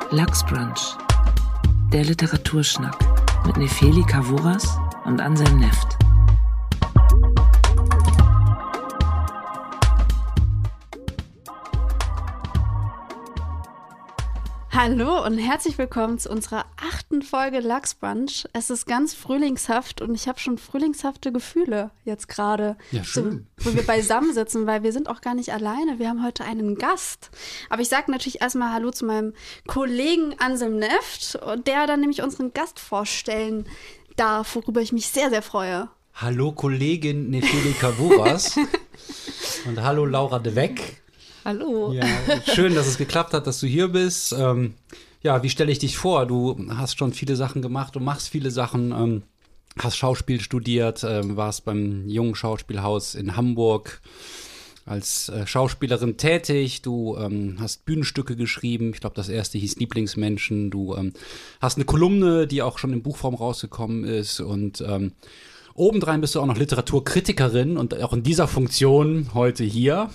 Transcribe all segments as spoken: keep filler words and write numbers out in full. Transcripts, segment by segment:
Lachsbrunch, der Literaturschnack mit Nefeli Kavuras und Anselm Neft. Hallo und herzlich willkommen zu unserer achten Folge Lachsbrunch. Es ist ganz frühlingshaft und ich habe schon frühlingshafte Gefühle jetzt gerade, ja, schön. So, wo wir beisammen sitzen, weil wir sind auch gar nicht alleine. Wir haben heute einen Gast. Aber ich sage natürlich erstmal Hallo zu meinem Kollegen Anselm Neft, der dann nämlich unseren Gast vorstellen darf, worüber ich mich sehr, sehr freue. Hallo Kollegin Nefeli Kavuras und hallo Laura de Weck. Hallo. Ja, schön, dass es geklappt hat, dass du hier bist. Ähm, ja, wie stelle ich dich vor? Du hast schon viele Sachen gemacht, du machst viele Sachen, ähm, hast Schauspiel studiert, ähm, warst beim Jungen Schauspielhaus in Hamburg als äh, Schauspielerin tätig. Du ähm, hast Bühnenstücke geschrieben. Ich glaube, das erste hieß Lieblingsmenschen. Du ähm, hast eine Kolumne, die auch schon in Buchform rausgekommen ist und ähm, obendrein bist du auch noch Literaturkritikerin und auch in dieser Funktion heute hier.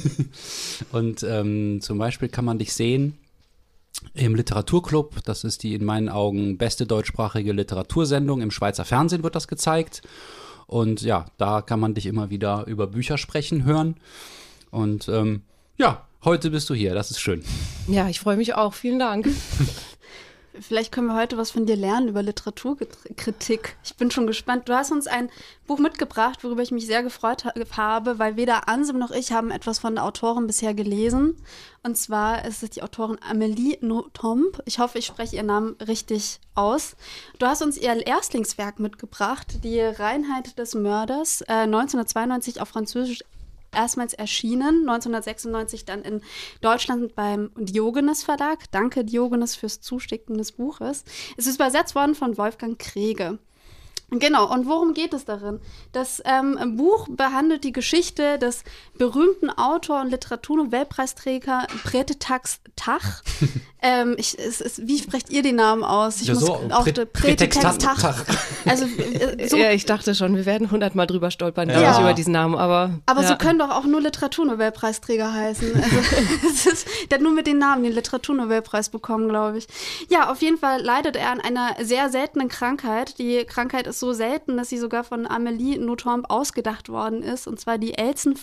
Und ähm, zum Beispiel kann man dich sehen im Literaturclub. Das ist die in meinen Augen beste deutschsprachige Literatursendung. Im Schweizer Fernsehen wird das gezeigt. Und ja, da kann man dich immer wieder über Bücher sprechen hören. Und ähm, ja, heute bist du hier. Das ist schön. Ja, ich freue mich auch. Vielen Dank. Vielleicht können wir heute was von dir lernen über Literaturkritik. Ich bin schon gespannt. Du hast uns ein Buch mitgebracht, worüber ich mich sehr gefreut ha- habe, weil weder Anselm noch ich haben etwas von der Autorin bisher gelesen. Und zwar ist es die Autorin Amélie Nothomb. Ich hoffe, ich spreche ihren Namen richtig aus. Du hast uns ihr Erstlingswerk mitgebracht, die Reinheit des Mörders, äh, neunzehnhundertzweiundneunzig auf Französisch erstmals erschienen, neunzehnhundertsechsundneunzig dann in Deutschland beim Diogenes Verlag. Danke, Diogenes, fürs Zuschicken des Buches. Es ist übersetzt worden von Wolfgang Krege. Genau, und worum geht es darin? Das ähm, Buch behandelt die Geschichte des berühmten Autor und Literaturnobelpreisträger Prétextax Tach. ähm, ich, es, es, wie sprecht ihr den Namen aus? Ich ja, muss so, auch Prä- Prétextax Tach. Also, äh, so, ja, ich dachte schon, wir werden hundertmal drüber stolpern, ja. glaube ich, über diesen Namen. Aber, aber ja. so können doch auch nur Literaturnobelpreisträger heißen. Also, es ist, der hat nur mit den Namen den Literaturnobelpreis bekommen, glaube ich. Ja, auf jeden Fall leidet er an einer sehr seltenen Krankheit. Die Krankheit ist so selten, dass sie sogar von Amélie Nothomb ausgedacht worden ist, und zwar die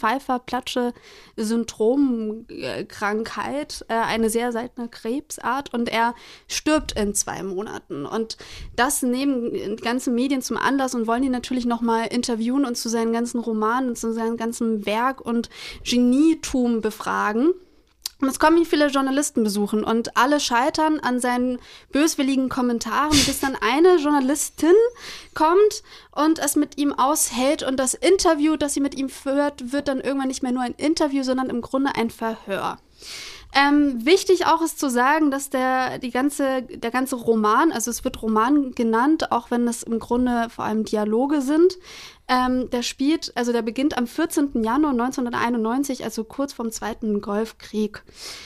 Elsen-Pfeiffer-Platsche-Syndrom-Krankheit, äh, eine sehr seltene Krebsart, und er stirbt in zwei Monaten. Und das nehmen die ganzen Medien zum Anlass und wollen ihn natürlich nochmal interviewen und zu seinen ganzen Romanen und zu seinem ganzen Werk und Genietum befragen. Und es kommen ihn viele Journalisten besuchen und alle scheitern an seinen böswilligen Kommentaren, bis dann eine Journalistin kommt und es mit ihm aushält, und das Interview, das sie mit ihm führt, wird dann irgendwann nicht mehr nur ein Interview, sondern im Grunde ein Verhör. Ähm, wichtig auch ist zu sagen, dass der, die ganze, der ganze Roman, also es wird Roman genannt, auch wenn es im Grunde vor allem Dialoge sind, ähm, der spielt, also der beginnt am vierzehnten Januar neunzehnhunderteinundneunzig, also kurz vorm Zweiten Golfkrieg.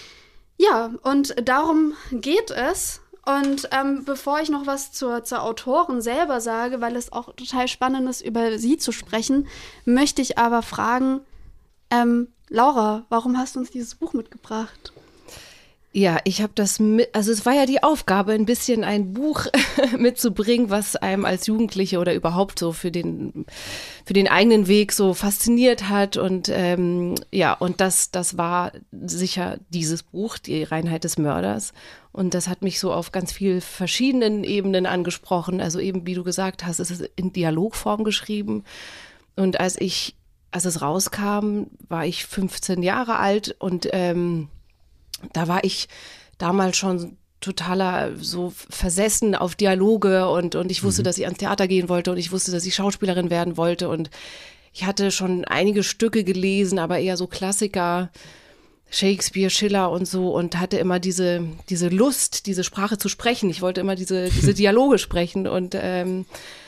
Ja, und darum geht es. Und ähm, bevor ich noch was zur, zur Autorin selber sage, weil es auch total spannend ist, über sie zu sprechen, möchte ich aber fragen, ähm, Laura, warum hast du uns dieses Buch mitgebracht? Ja, ich habe das mit, also es war ja die Aufgabe, ein bisschen ein Buch mitzubringen, was einem als Jugendliche oder überhaupt so für den, für den eigenen Weg so fasziniert hat. Und ähm, ja, und das, das war sicher dieses Buch, die Reinheit des Mörders. Und das hat mich so auf ganz vielen verschiedenen Ebenen angesprochen. Also eben, wie du gesagt hast, es ist in Dialogform geschrieben. Und als ich, als es rauskam, war ich fünfzehn Jahre alt, und ähm, da war ich damals schon totaler so versessen auf Dialoge, und, und ich wusste, mhm. dass ich ans Theater gehen wollte, und ich wusste, dass ich Schauspielerin werden wollte, und ich hatte schon einige Stücke gelesen, aber eher so Klassiker, Shakespeare, Schiller und so, und hatte immer diese, diese Lust, diese Sprache zu sprechen. Ich wollte immer diese, diese Dialoge sprechen, und ähm,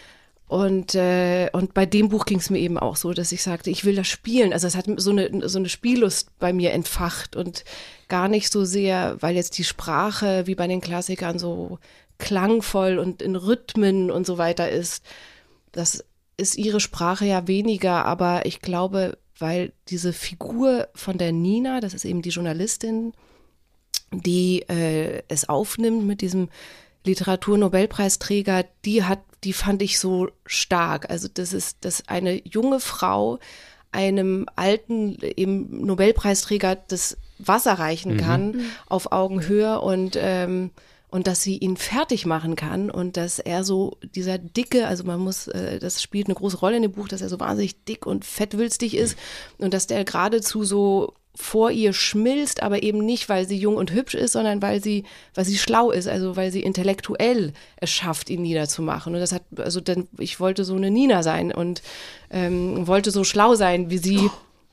Und, äh, und bei dem Buch ging es mir eben auch so, dass ich sagte, ich will das spielen. Also es hat so eine, so eine Spiellust bei mir entfacht, und gar nicht so sehr, weil jetzt die Sprache wie bei den Klassikern so klangvoll und in Rhythmen und so weiter ist. Das ist ihre Sprache ja weniger, aber ich glaube, weil diese Figur von der Nina, das ist eben die Journalistin, die äh, es aufnimmt mit diesem Literaturnobelpreisträger, die hat, die fand ich so stark. Also das ist, dass eine junge Frau einem alten eben Nobelpreisträger das Wasser reichen kann mhm. auf Augenhöhe und ähm, und dass sie ihn fertig machen kann und dass er so dieser dicke, also man muss, äh, das spielt eine große Rolle in dem Buch, dass er so wahnsinnig dick und fettwülstig ist und dass der geradezu so vor ihr schmilzt, aber eben nicht, weil sie jung und hübsch ist, sondern weil sie, weil sie schlau ist, also weil sie intellektuell es schafft, ihn niederzumachen. Und das hat, also dann, ich wollte so eine Nina sein und ähm, wollte so schlau sein wie sie.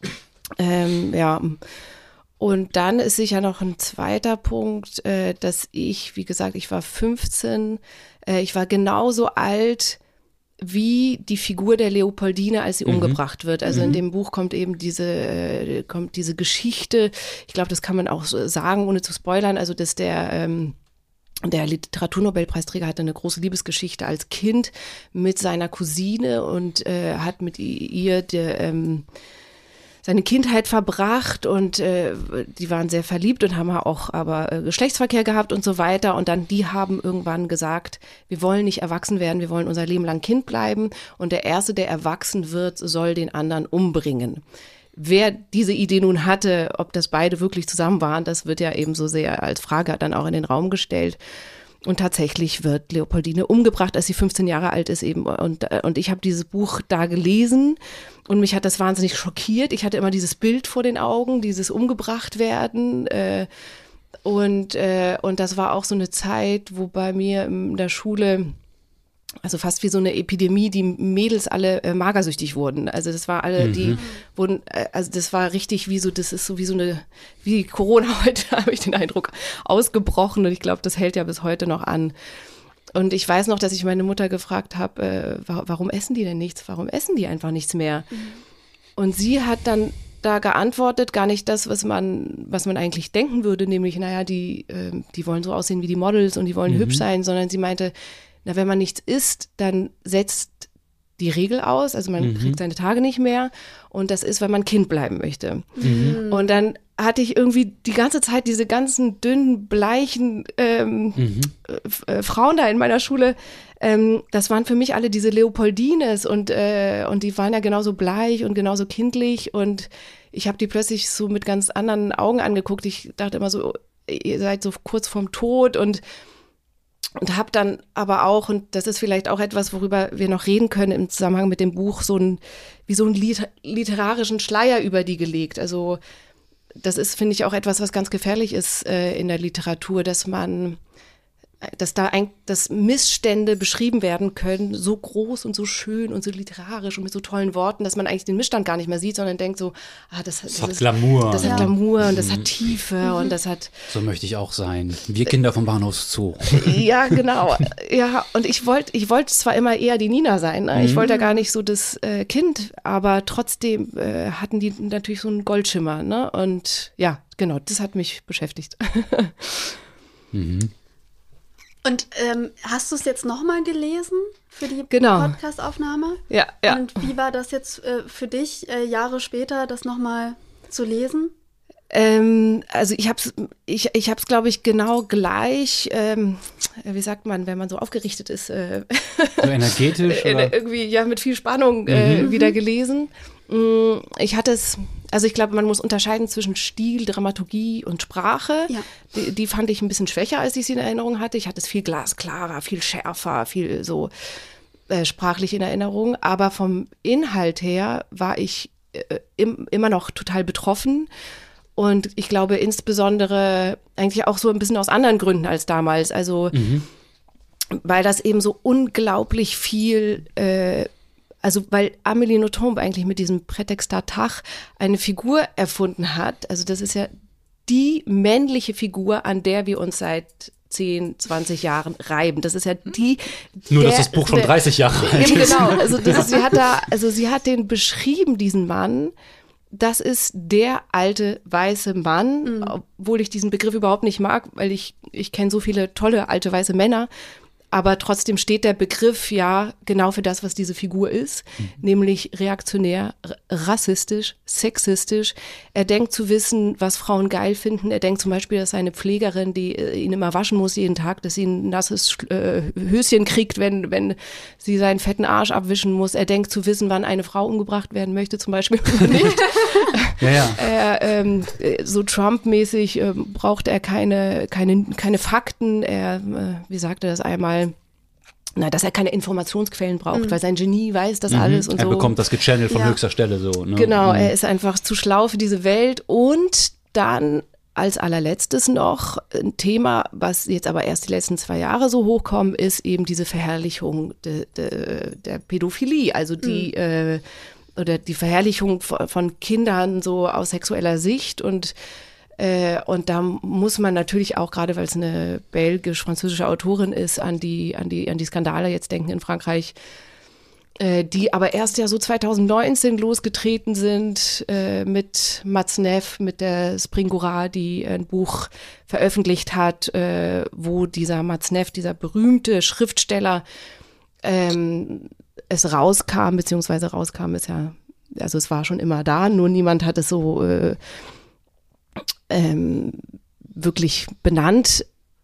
Ähm, ja. Und dann ist sicher noch ein zweiter Punkt, äh, dass ich, wie gesagt, ich war fünfzehn, äh, ich war genauso alt wie die Figur der Leopoldine, als sie mhm. umgebracht wird. Also mhm. in dem Buch kommt eben diese, äh, kommt diese Geschichte, ich glaube, das kann man auch so sagen, ohne zu spoilern, also dass der, ähm, der Literaturnobelpreisträger hatte eine große Liebesgeschichte als Kind mit seiner Cousine und äh, hat mit ihr der, ähm, seine Kindheit verbracht und äh, die waren sehr verliebt und haben auch aber äh, Geschlechtsverkehr gehabt und so weiter und dann die haben irgendwann gesagt, wir wollen nicht erwachsen werden, wir wollen unser Leben lang Kind bleiben und der Erste, der erwachsen wird, soll den anderen umbringen. Wer diese Idee nun hatte, ob das beide wirklich zusammen waren, das wird ja eben so sehr als Frage dann auch in den Raum gestellt. Und tatsächlich wird Leopoldine umgebracht, als sie fünfzehn Jahre alt ist eben. Und, und ich habe dieses Buch da gelesen und mich hat das wahnsinnig schockiert. Ich hatte immer dieses Bild vor den Augen, dieses umgebracht werden. Äh, und, äh, und das war auch so eine Zeit, wo bei mir in der Schule, also fast wie so eine Epidemie, die Mädels alle äh, magersüchtig wurden. Also das war alle, mhm. die wurden, äh, also das war richtig wie so, das ist so wie so eine, wie Corona heute, habe ich den Eindruck, ausgebrochen. Und ich glaube, das hält ja bis heute noch an. Und ich weiß noch, dass ich meine Mutter gefragt habe, äh, warum essen die denn nichts? Warum essen die einfach nichts mehr? Mhm. Und sie hat dann da geantwortet, gar nicht das, was man, was man eigentlich denken würde, nämlich, naja, die, äh, die wollen so aussehen wie die Models und die wollen mhm. hübsch sein, sondern sie meinte, na, wenn man nichts isst, dann setzt die Regel aus, also man mhm. kriegt seine Tage nicht mehr und das ist, wenn man Kind bleiben möchte. Mhm. Und dann hatte ich irgendwie die ganze Zeit diese ganzen dünnen, bleichen ähm, mhm. äh, Frauen da in meiner Schule, ähm, das waren für mich alle diese Leopoldines und, äh, und die waren ja genauso bleich und genauso kindlich und ich habe die plötzlich so mit ganz anderen Augen angeguckt. Ich dachte immer so, ihr seid so kurz vorm Tod und Und habe dann aber auch, und das ist vielleicht auch etwas, worüber wir noch reden können im Zusammenhang mit dem Buch, so ein, wie so einen liter- literarischen Schleier über die gelegt. Also das ist, finde ich, auch etwas, was ganz gefährlich ist äh, in der Literatur, dass man, dass da ein, dass Missstände beschrieben werden können, so groß und so schön und so literarisch und mit so tollen Worten, dass man eigentlich den Missstand gar nicht mehr sieht, sondern denkt so, ah, das, das, das hat ist, Glamour. Das ja. hat Glamour und das hat Tiefe mhm. und das hat... So möchte ich auch sein. Wir Kinder vom Bahnhofszoo. Ja, genau. Ja, und ich wollte ich wollte zwar immer eher die Nina sein, ne? Ich mhm. wollte ja gar nicht so das äh, Kind, aber trotzdem äh, hatten die natürlich so einen Goldschimmer, ne? Und ja, genau, das hat mich beschäftigt. Mhm. Und ähm, hast du es jetzt nochmal gelesen für die genau. Podcast-Aufnahme? Ja, ja. Und wie war das jetzt äh, für dich, äh, Jahre später, das nochmal zu lesen? Ähm, also ich habe es, ich, ich hab's, glaube ich, genau gleich, ähm, wie sagt man, wenn man so aufgerichtet ist. Äh, so energetisch? Oder? Irgendwie, ja, mit viel Spannung äh, mhm. wieder gelesen. Ich hatte es, also ich glaube, man muss unterscheiden zwischen Stil, Dramaturgie und Sprache. Ja. Die, die fand ich ein bisschen schwächer, als ich sie in Erinnerung hatte. Ich hatte es viel glasklarer, viel schärfer, viel so äh, sprachlich in Erinnerung. Aber vom Inhalt her war ich äh, im, immer noch total betroffen. Und ich glaube insbesondere eigentlich auch so ein bisschen aus anderen Gründen als damals. Also mhm. weil das eben so unglaublich viel äh, Also weil Amélie Nothomb eigentlich mit diesem Prétexte d'Artagh eine Figur erfunden hat. Also das ist ja die männliche Figur, an der wir uns seit zehn, zwanzig Jahren reiben. Das ist ja die... Nur, der, dass das Buch schon dreißig Jahre alt ist. Genau, also, das ist, sie hat da, also sie hat den beschrieben, diesen Mann. Das ist der alte weiße Mann, mhm. obwohl ich diesen Begriff überhaupt nicht mag, weil ich, ich kenne so viele tolle alte weiße Männer. Aber trotzdem steht der Begriff ja genau für das, was diese Figur ist, mhm. nämlich reaktionär, rassistisch, sexistisch. Er denkt zu wissen, was Frauen geil finden. Er denkt zum Beispiel, dass seine Pflegerin, die äh, ihn immer waschen muss jeden Tag, dass sie ein nasses äh, Höschen kriegt, wenn, wenn sie seinen fetten Arsch abwischen muss. Er denkt zu wissen, wann eine Frau umgebracht werden möchte, zum Beispiel nicht. ja, ja. Er, ähm, so Trump-mäßig äh, braucht er keine, keine, keine Fakten. Er, äh, wie sagte das einmal, na, dass er keine Informationsquellen braucht, mhm. weil sein Genie weiß das mhm. alles und er so. Er bekommt das gechannelt von ja. höchster Stelle so. Ne? Genau, mhm. er ist einfach zu schlau für diese Welt. Und dann als allerletztes noch ein Thema, was jetzt aber erst die letzten zwei Jahre so hochkommt, ist eben diese Verherrlichung de, de, der Pädophilie, also die mhm. äh, oder die Verherrlichung von Kindern so aus sexueller Sicht und Äh, und da muss man natürlich auch, gerade weil es eine belgisch-französische Autorin ist, an die, an die, an die Skandale jetzt denken in Frankreich, äh, die aber erst ja so zwanzig neunzehn losgetreten sind äh, mit Mats Neff, mit der Springora, die ein Buch veröffentlicht hat, äh, wo dieser Mats Neff, dieser berühmte Schriftsteller, ähm, es rauskam, beziehungsweise rauskam ist ja, also es war schon immer da, nur niemand hat es so äh, Ähm, wirklich benannt.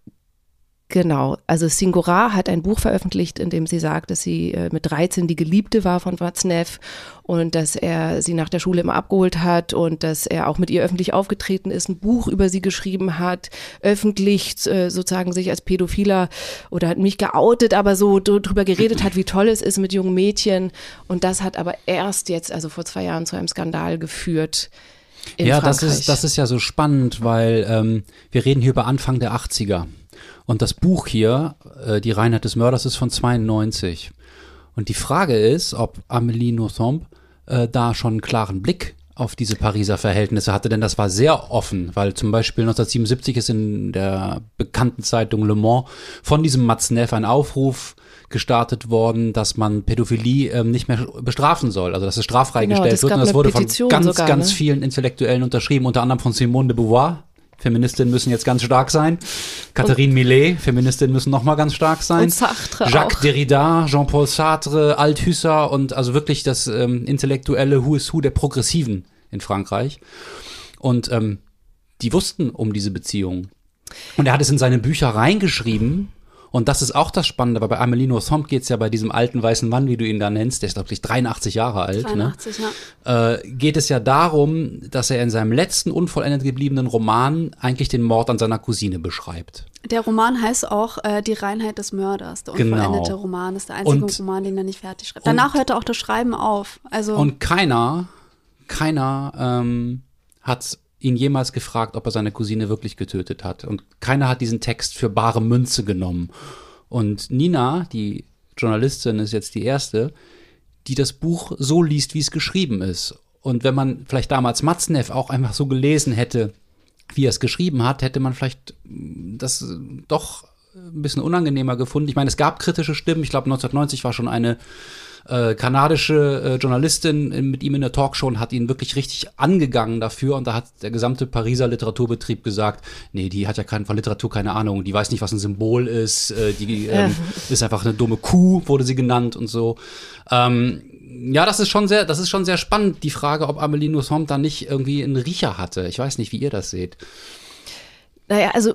Genau, also Springora hat ein Buch veröffentlicht, in dem sie sagt, dass sie äh, mit dreizehn die Geliebte war von Mats Neff und dass er sie nach der Schule immer abgeholt hat und dass er auch mit ihr öffentlich aufgetreten ist, ein Buch über sie geschrieben hat, öffentlich äh, sozusagen sich als Pädophiler oder hat mich geoutet, aber so drüber geredet hat, wie toll es ist mit jungen Mädchen. Und das hat aber erst jetzt, also vor zwei Jahren, zu einem Skandal geführt. In ja, Frankreich. das ist, das ist ja so spannend, weil ähm, wir reden hier über Anfang der achtziger. Und das Buch hier, äh, Die Reinheit des Mörders, ist von zweiundneunzig. Und die Frage ist, ob Amélie Nothomb äh, da schon einen klaren Blick auf diese Pariser Verhältnisse hatte, denn das war sehr offen, weil zum Beispiel neunzehnhundertsiebenundsiebzig ist in der bekannten Zeitung Le Monde von diesem Mats Neff ein Aufruf gestartet worden, dass man Pädophilie ähm, nicht mehr bestrafen soll, also dass es straffrei genau, gestellt wird. Und das wurde von Petition ganz, sogar, ganz ne? vielen Intellektuellen unterschrieben, unter anderem von Simone de Beauvoir. Feministinnen müssen jetzt ganz stark sein. Catherine Millet, Feministinnen müssen nochmal ganz stark sein. Und Sartre Jacques auch. Derrida, Jean-Paul Sartre, Althusser und also wirklich das ähm, intellektuelle Who is Who der Progressiven in Frankreich. Und ähm, die wussten um diese Beziehung. Und er hat es in seine Bücher reingeschrieben. Und das ist auch das Spannende, weil bei Amélie Nothomb geht es ja bei diesem alten weißen Mann, wie du ihn da nennst, der ist glaube ich dreiundachtzig Jahre alt, dreiundachtzig, ne? ja. äh, geht es ja darum, dass er in seinem letzten unvollendet gebliebenen Roman eigentlich den Mord an seiner Cousine beschreibt. Der Roman heißt auch äh, Die Reinheit des Mörders, der Genau. unvollendete Roman. Das ist der einzige Und- Roman, den er nicht fertig schreibt. Danach hört er auch das Schreiben auf. Also Und keiner, keiner ähm, hat ihn jemals gefragt, ob er seine Cousine wirklich getötet hat. Und keiner hat diesen Text für bare Münze genommen. Und Nina, die Journalistin, ist jetzt die erste, die das Buch so liest, wie es geschrieben ist. Und wenn man vielleicht damals Mats Neff auch einfach so gelesen hätte, wie er es geschrieben hat, hätte man vielleicht das doch ein bisschen unangenehmer gefunden. Ich meine, es gab kritische Stimmen. Ich glaube, neunzehnhundertneunzig war schon eine äh, kanadische äh, Journalistin in, mit ihm in der Talkshow und hat ihn wirklich richtig angegangen dafür. Und da hat der gesamte Pariser Literaturbetrieb gesagt, nee, die hat ja kein, von Literatur keine Ahnung. Die weiß nicht, was ein Symbol ist. Äh, die ähm, ja. ist einfach eine dumme Kuh, wurde sie genannt und so. Ähm, ja, das ist schon sehr, das ist schon sehr spannend, die Frage, ob Amélie Nothomb da nicht irgendwie einen Riecher hatte. Ich weiß nicht, wie ihr das seht. Naja, also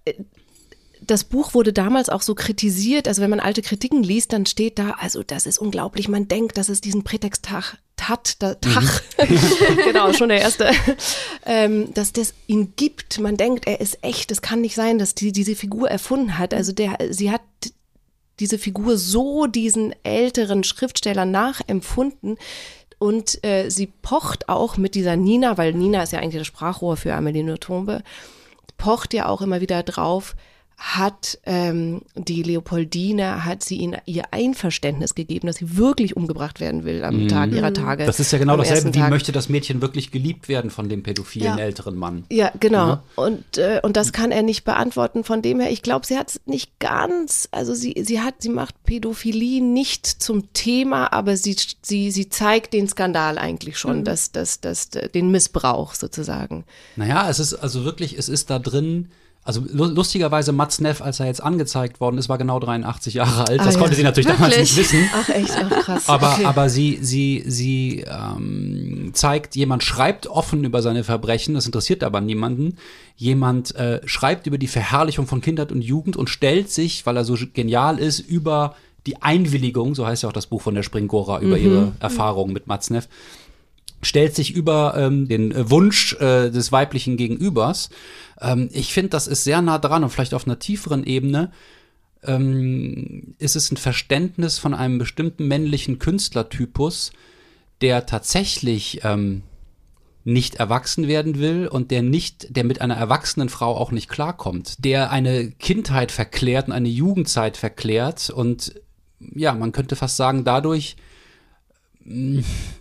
das Buch wurde damals auch so kritisiert, also wenn man alte Kritiken liest, dann steht da, also das ist unglaublich, man denkt, dass es diesen Prätext hat, Tat, da, Tach, mhm. genau, schon der erste, ähm, dass das ihn gibt, man denkt, er ist echt, es kann nicht sein, dass die diese Figur erfunden hat, also der, sie hat diese Figur so diesen älteren Schriftstellern nachempfunden und äh, sie pocht auch mit dieser Nina, weil Nina ist ja eigentlich das Sprachrohr für Amélie Nothomb, pocht ja auch immer wieder drauf, hat ähm, die Leopoldine, hat sie ihnen ihr Einverständnis gegeben, dass sie wirklich umgebracht werden will am mhm. Tag ihrer Tage. Das ist ja genau dasselbe, wie Tag. möchte das Mädchen wirklich geliebt werden von dem pädophilen ja. älteren Mann. Ja, genau. Ja. Und, äh, und das kann er nicht beantworten. Von dem her, ich glaube, sie hat es nicht ganz, also sie, sie hat, sie macht Pädophilie nicht zum Thema, aber sie, sie, sie zeigt den Skandal eigentlich schon, mhm. das, das, das, den Missbrauch sozusagen. Naja, es ist also wirklich, es ist da drin, Also lustigerweise, Mads Neff, als er jetzt angezeigt worden ist, war genau dreiundachtzig Jahre alt. Das ah, konnte ja. sie natürlich Wirklich? damals nicht wissen. Ach echt, ach krass. Aber, okay. aber sie, sie, sie ähm, zeigt, jemand schreibt offen über seine Verbrechen, das interessiert aber niemanden. Jemand äh, schreibt über die Verherrlichung von Kindheit und Jugend und stellt sich, weil er so genial ist, über die Einwilligung, so heißt ja auch das Buch von der Springgora, über mhm. ihre Erfahrungen mit Mads Neff, stellt sich über ähm, den äh, Wunsch äh, des weiblichen Gegenübers. Ähm, ich finde, das ist sehr nah dran und vielleicht auf einer tieferen Ebene ähm, ist es ein Verständnis von einem bestimmten männlichen Künstlertypus, der tatsächlich ähm, nicht erwachsen werden will und der nicht, der mit einer erwachsenen Frau auch nicht klarkommt, der eine Kindheit verklärt und eine Jugendzeit verklärt und ja, man könnte fast sagen, dadurch mh,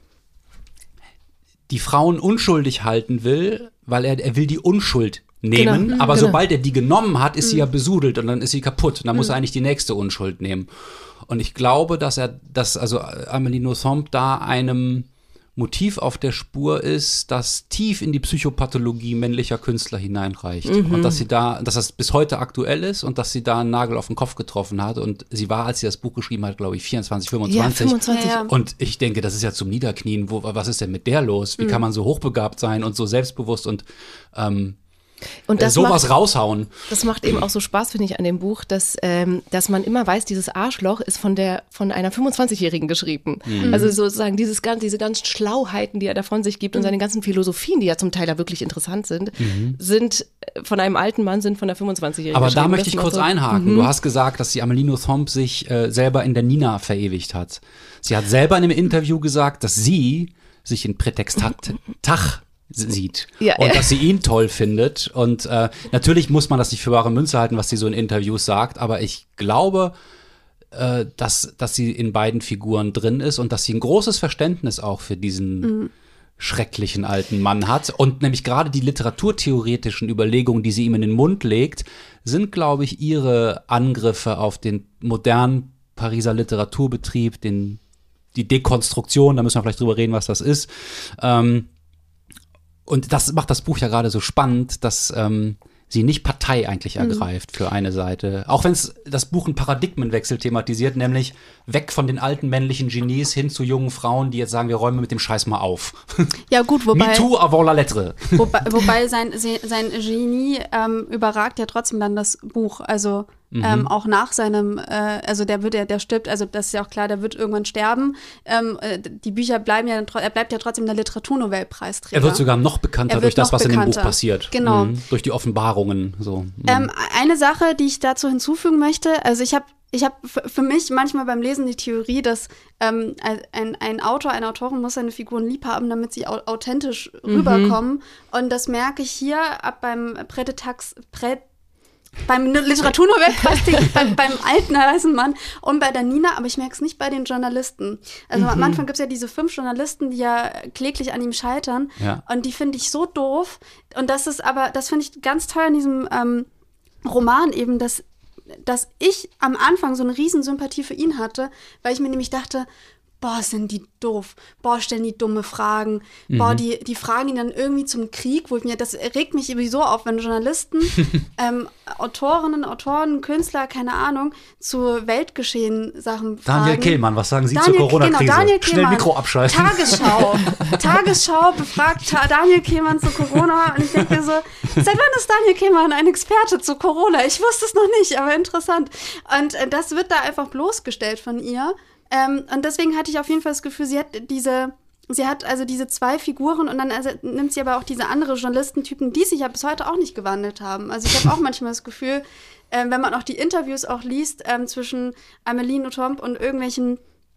die Frauen unschuldig halten will, weil er, er will die Unschuld nehmen, genau, aber genau. sobald er die genommen hat, ist sie ja besudelt und dann ist sie kaputt. Und dann muss er eigentlich die nächste Unschuld nehmen. Und ich glaube, dass er, dass also Amélie Nothomb da einem Motiv auf der Spur ist, das tief in die Psychopathologie männlicher Künstler hineinreicht. Mhm. Und dass sie da, dass das bis heute aktuell ist und dass sie da einen Nagel auf den Kopf getroffen hat. Und sie war, als sie das Buch geschrieben hat, glaube ich, vierundzwanzig, fünfundzwanzig. Ja, fünfundzwanzig. Ja. Und ich denke, das ist ja zum Niederknien. Wo, was ist denn mit der los? Wie mhm. kann man so hochbegabt sein und so selbstbewusst und ähm, Und das sowas macht, raushauen. Das macht eben auch so Spaß, finde ich, an dem Buch, dass, ähm, dass man immer weiß, dieses Arschloch ist von der von einer fünfundzwanzigjährigen geschrieben. Mhm. Also sozusagen dieses, diese ganzen Schlauheiten, die er da von sich gibt und seine ganzen Philosophien, die ja zum Teil da wirklich interessant sind, mhm. sind von einem alten Mann, sind von der fünfundzwanzigjährigen Aber geschrieben. da möchte ich kurz so einhaken. Mhm. Du hast gesagt, dass die Amélie Nothomb sich äh, selber in der Nina verewigt hat. Sie hat selber in einem Interview gesagt, dass sie sich in Prätextat Tach sieht ja, und ja. dass sie ihn toll findet. Und äh, natürlich muss man das nicht für wahre Münze halten, was sie so in Interviews sagt, aber ich glaube, äh, dass, dass sie in beiden Figuren drin ist und dass sie ein großes Verständnis auch für diesen mhm. schrecklichen alten Mann hat. Und nämlich gerade die literaturtheoretischen Überlegungen, die sie ihm in den Mund legt, sind, glaube ich, ihre Angriffe auf den modernen Pariser Literaturbetrieb, den, die Dekonstruktion, da müssen wir vielleicht drüber reden, was das ist. Ähm, Und das macht das Buch ja gerade so spannend, dass ähm, sie nicht Partei eigentlich ergreift mhm. für eine Seite. Auch wenn es das Buch einen Paradigmenwechsel thematisiert, nämlich weg von den alten männlichen Genies hin zu jungen Frauen, die jetzt sagen, wir räumen mit dem Scheiß mal auf. Ja gut, wobei Me too avant la lettre. Wobei, wobei sein, sein Genie ähm, überragt ja trotzdem dann das Buch. Also mhm. ähm, auch nach seinem, äh, also der wird ja, der stirbt, also das ist ja auch klar, der wird irgendwann sterben. Ähm, äh, die Bücher bleiben ja, er bleibt ja trotzdem der Literaturnobelpreisträger. Er wird sogar noch bekannter durch das, was bekannter. in dem Buch passiert. Genau. Mhm. Durch die Offenbarungen. So. Mhm. Ähm, eine Sache, die ich dazu hinzufügen möchte, also ich habe Ich habe für mich manchmal beim Lesen die Theorie, dass ähm, ein, ein Autor, eine Autorin muss seine Figuren lieb haben, damit sie au- authentisch mhm. rüberkommen. Und das merke ich hier ab beim Prätetax, Prä, beim Literaturnobelpreis, beim, beim alten weißen Mann und bei der Nina, aber ich merke es nicht bei den Journalisten. Also mhm. am Anfang gibt es ja diese fünf Journalisten, die ja kläglich an ihm scheitern. Ja. Und die finde ich so doof. Und das ist aber, das finde ich ganz toll in diesem ähm, Roman eben, dass dass ich am Anfang so eine Riesensympathie für ihn hatte, weil ich mir nämlich dachte, boah, sind die doof, boah, stellen die dumme Fragen, mhm. boah, die, die fragen ihn dann irgendwie zum Krieg, wo ich mir, das regt mich sowieso auf, wenn Journalisten, ähm, Autorinnen, Autoren, Künstler, keine Ahnung, zu Weltgeschehen-Sachen fragen. Daniel Kehlmann, was sagen Sie Daniel, zur Corona-Krise? Genau, Daniel Schnell Kehlmann, Mikro abschalten. Tagesschau, Tagesschau befragt Ta- Daniel Kehlmann zu Corona und ich denke mir so, seit wann ist Daniel Kehlmann ein Experte zu Corona? Ich wusste es noch nicht, aber interessant. Und äh, das wird da einfach bloßgestellt von ihr. Ähm, und deswegen hatte ich auf jeden Fall das Gefühl, sie hat diese, sie hat also diese zwei Figuren und dann also nimmt sie aber auch diese andere Journalistentypen, die sich ja bis heute auch nicht gewandelt haben. Also ich habe auch manchmal das Gefühl, äh, wenn man auch die Interviews auch liest ähm, zwischen Amélie Nothomb und irgendwelchen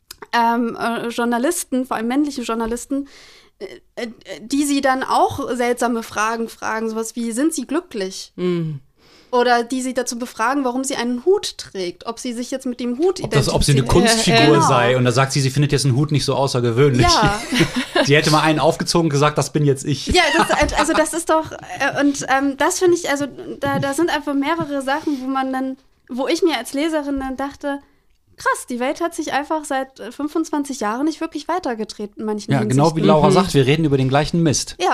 ähm, äh, Journalisten, vor allem männliche Journalisten, äh, die sie dann auch seltsame Fragen fragen, sowas wie, sind sie glücklich? Mhm. Oder die sie dazu befragen, warum sie einen Hut trägt, ob sie sich jetzt mit dem Hut ob das, ob sie eine Kunstfigur äh, genau. sei. Und da sagt sie, sie findet jetzt einen Hut nicht so außergewöhnlich. Ja. Sie hätte mal einen aufgezogen und gesagt, das bin jetzt ich. Ja, das, also das ist doch, äh, und ähm, das finde ich, also da, da sind einfach mehrere Sachen, wo man dann, wo ich mir als Leserin dann dachte, krass, die Welt hat sich einfach seit fünfundzwanzig Jahren nicht wirklich weitergetreten in manchen Ja, Hinsichten. genau wie Laura mhm. sagt, wir reden über den gleichen Mist. Ja.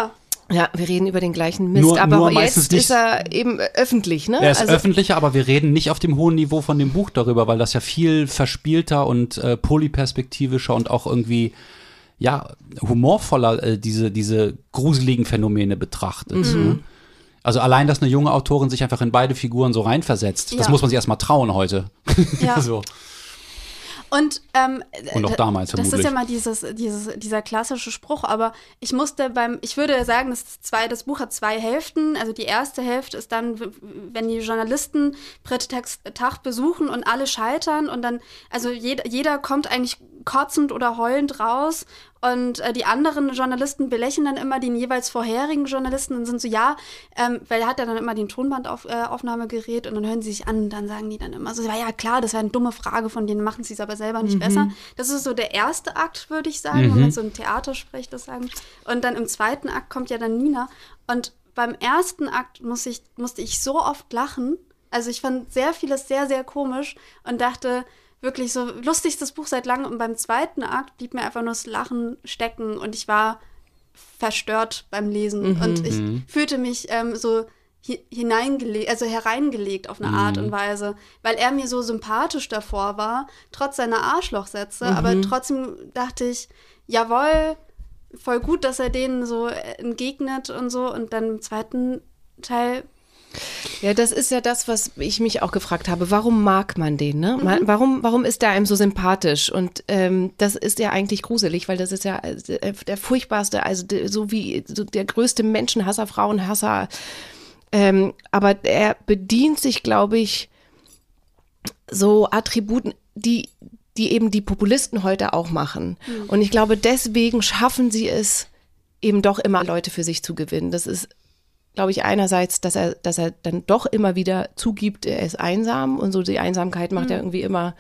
Ja, wir reden über den gleichen Mist, Nur- aber nur jetzt meistens nicht- ist er eben öffentlich, ne? Er ist Also- öffentlicher, aber wir reden nicht auf dem hohen Niveau von dem Buch darüber, weil das ja viel verspielter und äh, polyperspektivischer und auch irgendwie ja humorvoller äh, diese, diese gruseligen Phänomene betrachtet. Mhm. Ne? Also allein, dass eine junge Autorin sich einfach in beide Figuren so reinversetzt, das Ja. muss man sich erstmal trauen heute. Ja. so. Und, ähm, Und auch d- damals das vermutlich. ist ja mal dieses, dieses, dieser klassische Spruch, aber ich musste beim, ich würde sagen, das, zwei, das Buch hat zwei Hälften. Also die erste Hälfte ist dann, w- wenn die Journalisten Tag besuchen und alle scheitern und dann, also jeder, jeder kommt eigentlich kotzend oder heulend raus und äh, die anderen Journalisten belächeln dann immer den jeweils vorherigen Journalisten und sind so, ja, ähm, weil er hat ja dann immer den Tonbandaufnahmegerät und dann hören sie sich an und dann sagen die dann immer so, ja, ja klar, das wäre eine dumme Frage von denen, machen sie es aber selber nicht besser. Das ist so der erste Akt, würde ich sagen, wenn man so im Theater spricht, das sagen. Und dann im zweiten Akt kommt ja dann Nina und beim ersten Akt muss ich, musste ich so oft lachen, also ich fand sehr vieles sehr, sehr komisch und dachte, wirklich so lustigstes Buch seit langem. Und beim zweiten Akt blieb mir einfach nur das Lachen stecken und ich war verstört beim Lesen. Mhm. Und ich fühlte mich ähm, so hi- hineingelegt, also hereingelegt auf eine Mhm. Art und Weise, weil er mir so sympathisch davor war, trotz seiner Arschlochsätze. Mhm. Aber trotzdem dachte ich, jawohl, voll gut, dass er denen so entgegnet und so. Und dann im zweiten Teil Ja, das ist ja das, was ich mich auch gefragt habe. Warum mag man den? Ne? Man, warum, warum ist der einem so sympathisch? Und ähm, das ist ja eigentlich gruselig, weil das ist ja äh, der furchtbarste, also de, so wie so der größte Menschenhasser, Frauenhasser. Ähm, aber er bedient sich, glaube ich, so Attributen, die, die eben die Populisten heute auch machen. Und ich glaube, deswegen schaffen sie es, eben doch immer Leute für sich zu gewinnen. Das ist, glaube ich, einerseits, dass er, dass er dann doch immer wieder zugibt, er ist einsam und so die Einsamkeit macht Mhm. er irgendwie immer,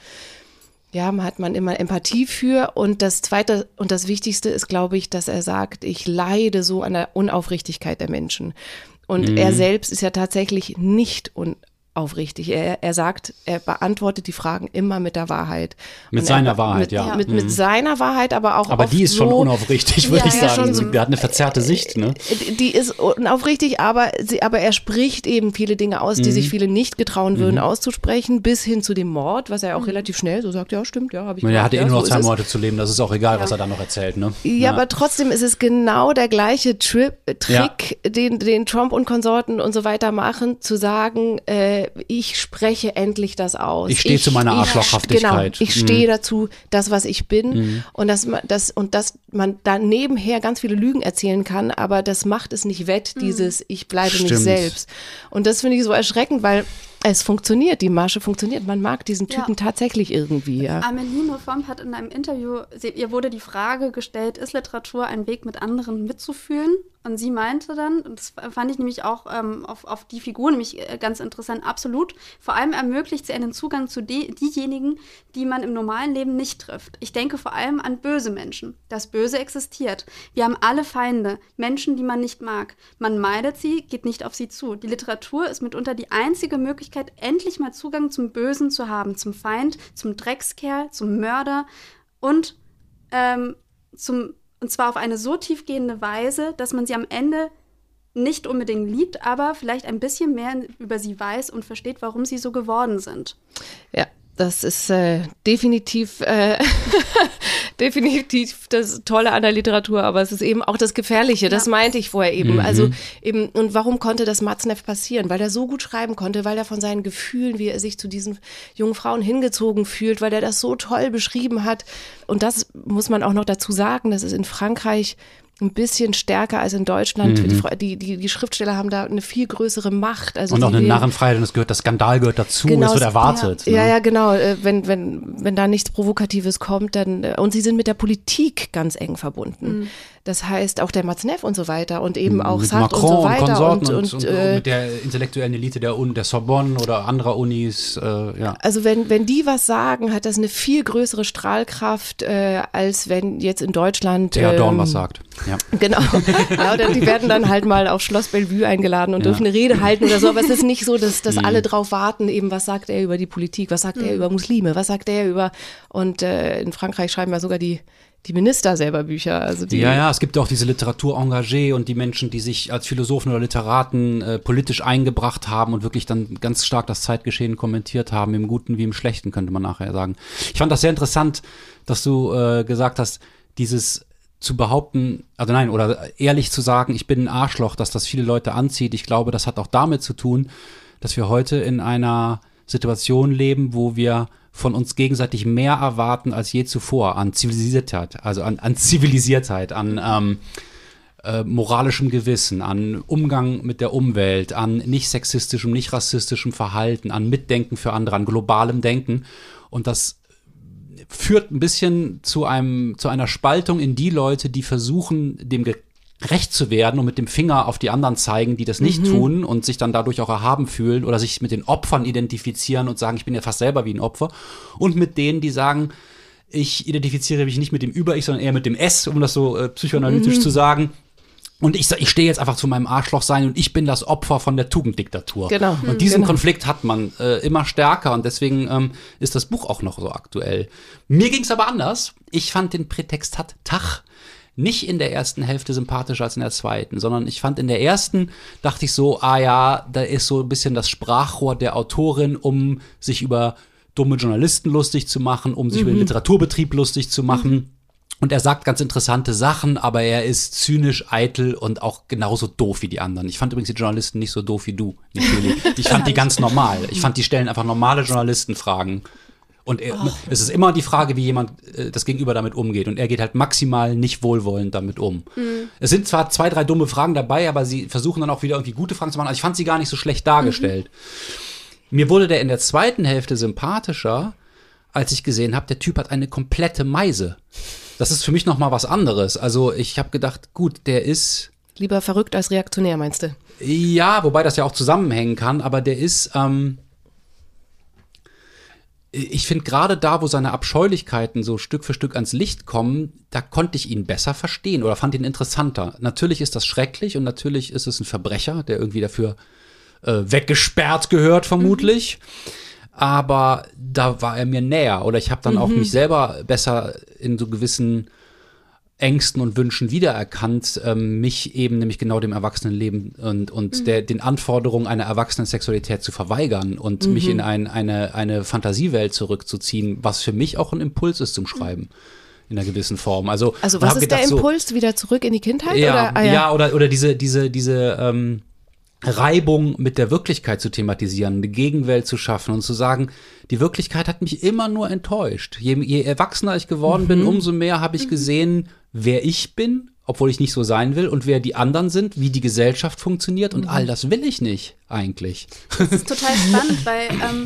ja, hat man immer Empathie für. Und das Zweite und das Wichtigste ist, glaube ich, dass er sagt, ich leide so an der Unaufrichtigkeit der Menschen. Und Mhm. er selbst ist ja tatsächlich nicht unaufrichtig. Er, er sagt, er beantwortet die Fragen immer mit der Wahrheit. Mit Und seiner er, Wahrheit, mit, ja. Mit, Mhm. mit seiner Wahrheit, aber auch Aber oft die ist schon so, unaufrichtig, würde Ja, ich ja, sagen. schon so. Der hat eine verzerrte Sicht, ne? Die ist unaufrichtig, aber, sie, aber er spricht eben viele Dinge aus, die Mhm. sich viele nicht getrauen würden Mhm. auszusprechen, bis hin zu dem Mord, was er auch relativ schnell so sagt, ja stimmt, ja, habe ich Ich meine, er hatte eh ja, nur so noch ist zwei es. Monate zu leben, das ist auch egal, Ja. was er dann noch erzählt, ne? Ja, aber trotzdem ist es genau der gleiche Trip, Trick, den, den Trump und Konsorten und so weiter machen, zu sagen, äh, ich spreche endlich das aus. Ich stehe zu meiner Arschlochhaftigkeit. Genau, ich Mhm. stehe dazu, das, was ich bin. Mhm. Und, dass man, das, und dass man da nebenher ganz viele Lügen erzählen kann, aber das macht es nicht wett, dieses ich bleibe mich Stimmt. selbst. Und das finde ich so erschreckend, weil es funktioniert, die Masche funktioniert. Man mag diesen Ja. Typen tatsächlich irgendwie. Ja. Amelie Nothomb hat in einem Interview, sie, ihr wurde die Frage gestellt, ist Literatur ein Weg, mit anderen mitzufühlen? Und sie meinte dann, und das fand ich nämlich auch ähm, auf, auf die Figur nämlich äh, ganz interessant, absolut, vor allem ermöglicht sie einen Zugang zu de- diejenigen, die man im normalen Leben nicht trifft. Ich denke vor allem an böse Menschen. Das Böse existiert. Wir haben alle Feinde, Menschen, die man nicht mag. Man meidet sie, geht nicht auf sie zu. Die Literatur ist mitunter die einzige Möglichkeit, endlich mal Zugang zum Bösen zu haben, zum Feind, zum Dreckskerl, zum Mörder und ähm, zum und zwar auf eine so tiefgehende Weise, dass man sie am Ende nicht unbedingt liebt, aber vielleicht ein bisschen mehr über sie weiß und versteht, warum sie so geworden sind. Ja, das ist äh, definitiv, äh, definitiv das Tolle an der Literatur, aber es ist eben auch das Gefährliche, das Ja. meinte ich vorher eben. Mhm. Also eben, und warum konnte das Matzneff passieren? Weil er so gut schreiben konnte, weil er von seinen Gefühlen, wie er sich zu diesen jungen Frauen hingezogen fühlt, weil er das so toll beschrieben hat. Und das muss man auch noch dazu sagen, das ist in Frankreich ein bisschen stärker als in Deutschland. Mhm. Die, Fra- die, die, die Schriftsteller haben da eine viel größere Macht. Also Und auch sie eine wählen- Narrenfreiheit, und das gehört, das Skandal gehört dazu, Genau, es wird es- erwartet. Ja, ne? ja, genau. Äh, Wenn, wenn, wenn da nichts Provokatives kommt, dann, äh, und sie sind mit der Politik ganz eng verbunden. Mhm. Das heißt, auch der Matzneff und so weiter und eben auch mit Sartre Macron und so weiter. Konsorten und, und, und, äh, mit der intellektuellen Elite der, Un der Sorbonne oder anderer Unis, äh, ja. Also wenn, wenn die was sagen, hat das eine viel größere Strahlkraft, äh, als wenn jetzt in Deutschland Der Dorn ähm, was sagt. Ja. Genau. Ja, oder die werden dann halt mal auf Schloss Bellevue eingeladen und Ja. dürfen eine Rede halten oder so. Aber es ist nicht so, dass, dass Mhm. alle drauf warten, eben was sagt er über die Politik, was sagt er über Muslime, was sagt er über. Und äh, in Frankreich schreiben ja sogar die die Minister selber Bücher. Also die ja, ja, es gibt ja auch diese Literaturengagé und die Menschen, die sich als Philosophen oder Literaten äh, politisch eingebracht haben und wirklich dann ganz stark das Zeitgeschehen kommentiert haben, im Guten wie im Schlechten, könnte man nachher sagen. Ich fand das sehr interessant, dass du äh, gesagt hast, dieses zu behaupten, also nein, oder ehrlich zu sagen, ich bin ein Arschloch, dass das viele Leute anzieht. Ich glaube, das hat auch damit zu tun, dass wir heute in einer Situation leben, wo wir von uns gegenseitig mehr erwarten als je zuvor an Zivilisiertheit, also an, an Zivilisiertheit, an ähm, äh, moralischem Gewissen, an Umgang mit der Umwelt, an nicht sexistischem, nicht rassistischem Verhalten, an Mitdenken für andere, an globalem Denken. Und das führt ein bisschen zu einem, zu einer Spaltung in die Leute, die versuchen, dem gerecht zu werden und mit dem Finger auf die anderen zeigen, die das nicht mhm. tun und sich dann dadurch auch erhaben fühlen oder sich mit den Opfern identifizieren und sagen, ich bin ja fast selber wie ein Opfer. Und mit denen, die sagen, ich identifiziere mich nicht mit dem Über-Ich, sondern eher mit dem S, um das so äh, psychoanalytisch mhm. zu sagen. Und ich, ich stehe jetzt einfach zu meinem Arschlochsein und ich bin das Opfer von der Tugenddiktatur. Genau. Und diesen genau. Konflikt hat man äh, immer stärker und deswegen ähm, ist das Buch auch noch so aktuell. Mir ging es aber anders. Ich fand den Prätextat Tach nicht in der ersten Hälfte sympathischer als in der zweiten, sondern ich fand in der ersten, dachte ich so, ah ja, da ist so ein bisschen das Sprachrohr der Autorin, um sich über dumme Journalisten lustig zu machen, um sich mhm. über den Literaturbetrieb lustig zu machen. Mhm. Und er sagt ganz interessante Sachen, aber er ist zynisch, eitel und auch genauso doof wie die anderen. Ich fand übrigens die Journalisten nicht so doof wie du, Nefeli. Ich fand die ganz normal. Ich fand, die stellen einfach normale Journalistenfragen. Und er, oh. es ist immer die Frage, wie jemand äh, das Gegenüber damit umgeht. Und er geht halt maximal nicht wohlwollend damit um. Mhm. Es sind zwar zwei, drei dumme Fragen dabei, aber sie versuchen dann auch wieder irgendwie gute Fragen zu machen. Also ich fand sie gar nicht so schlecht dargestellt. Mhm. Mir wurde der in der zweiten Hälfte sympathischer, als ich gesehen habe, der Typ hat eine komplette Meise. Das ist für mich noch mal was anderes. Also ich habe gedacht, gut, der ist lieber verrückt als reaktionär, meinst du? Ja, wobei das ja auch zusammenhängen kann, aber der ist ähm, ich finde gerade da, wo seine Abscheulichkeiten so Stück für Stück ans Licht kommen, da konnte ich ihn besser verstehen oder fand ihn interessanter. Natürlich ist das schrecklich und natürlich ist es ein Verbrecher, der irgendwie dafür äh, weggesperrt gehört, vermutlich. Mhm. Aber da war er mir näher oder ich habe dann mhm. auch mich selber besser in so gewissen Ängsten und Wünschen wiedererkannt, ähm, mich eben nämlich genau dem Erwachsenenleben und, und mhm. der, den Anforderungen einer erwachsenen Sexualität zu verweigern und mhm. mich in ein, eine, eine Fantasiewelt zurückzuziehen, was für mich auch ein Impuls ist zum Schreiben. In einer gewissen Form. Also, also was ist gedacht, der Impuls? So, wieder zurück in die Kindheit? Ja, oder? Ah, ja. ja, oder, oder diese, diese, diese ähm, Reibung mit der Wirklichkeit zu thematisieren, eine Gegenwelt zu schaffen und zu sagen, die Wirklichkeit hat mich immer nur enttäuscht. Je, je erwachsener ich geworden mhm. bin, umso mehr habe ich gesehen, wer ich bin, obwohl ich nicht so sein will, und wer die anderen sind, wie die Gesellschaft funktioniert. Und mhm. all das will ich nicht eigentlich. Das ist total spannend, weil ähm,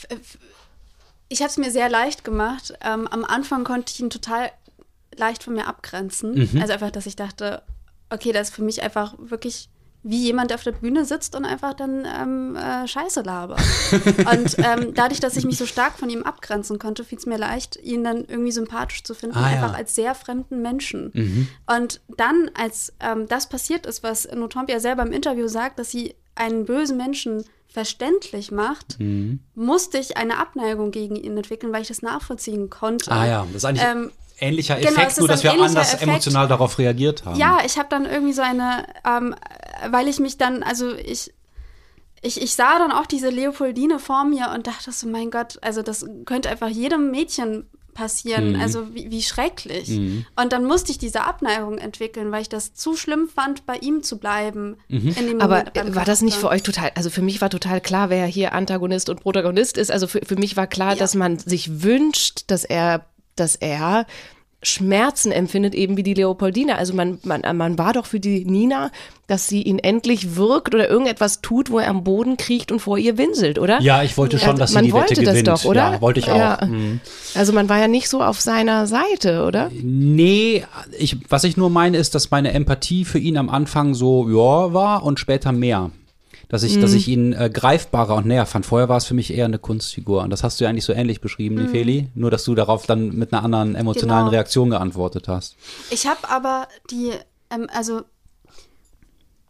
ich habe es mir sehr leicht gemacht. Ähm, am Anfang konnte ich ihn total leicht von mir abgrenzen. Mhm. Also einfach, dass ich dachte, okay, das ist für mich einfach wirklich wie jemand, der auf der Bühne sitzt und einfach dann ähm, äh, Scheiße labert. Und ähm, dadurch, dass ich mich so stark von ihm abgrenzen konnte, fiel es mir leicht, ihn dann irgendwie sympathisch zu finden, ah, einfach ja. als sehr fremden Menschen. Mhm. Und dann, als ähm, das passiert ist, was Nothomb ja selber im Interview sagt, dass sie einen bösen Menschen verständlich macht, mhm. musste ich eine Abneigung gegen ihn entwickeln, weil ich das nachvollziehen konnte. Ah ja, das ist eigentlich ähm, ähnlicher Effekt, genau, nur dass wir anders Effekt. emotional darauf reagiert haben. Ja, ich habe dann irgendwie so eine, ähm, weil ich mich dann, also ich, ich, ich sah dann auch diese Leopoldine vor mir und dachte so, mein Gott, also das könnte einfach jedem Mädchen passieren, mhm. also wie, wie schrecklich. Mhm. Und dann musste ich diese Abneigung entwickeln, weil ich das zu schlimm fand, bei ihm zu bleiben. Mhm. In dem Aber Moment war das nicht für euch total, also für mich war total klar, wer hier Antagonist und Protagonist ist. Also für, für mich war klar, ja. dass man sich wünscht, dass er dass er Schmerzen empfindet, eben wie die Leopoldine. Also man, man, man war doch für die Nina, dass sie ihn endlich wirkt oder irgendetwas tut, wo er am Boden kriecht und vor ihr winselt, oder? Ja, ich wollte schon, also, dass sie man die Wette gewinnt. Man wollte das doch, oder? Ja, wollte ich auch. Ja. Mhm. Also man war ja nicht so auf seiner Seite, oder? Nee, ich, was ich nur meine, ist, dass meine Empathie für ihn am Anfang so, ja, war und später mehr. Dass ich, mhm. dass ich ihn äh, greifbarer und näher fand. Vorher war es für mich eher eine Kunstfigur. Und das hast du ja eigentlich so ähnlich beschrieben, mhm. Nefeli. Nur, dass du darauf dann mit einer anderen emotionalen genau. Reaktion geantwortet hast. Ich habe aber die, ähm, also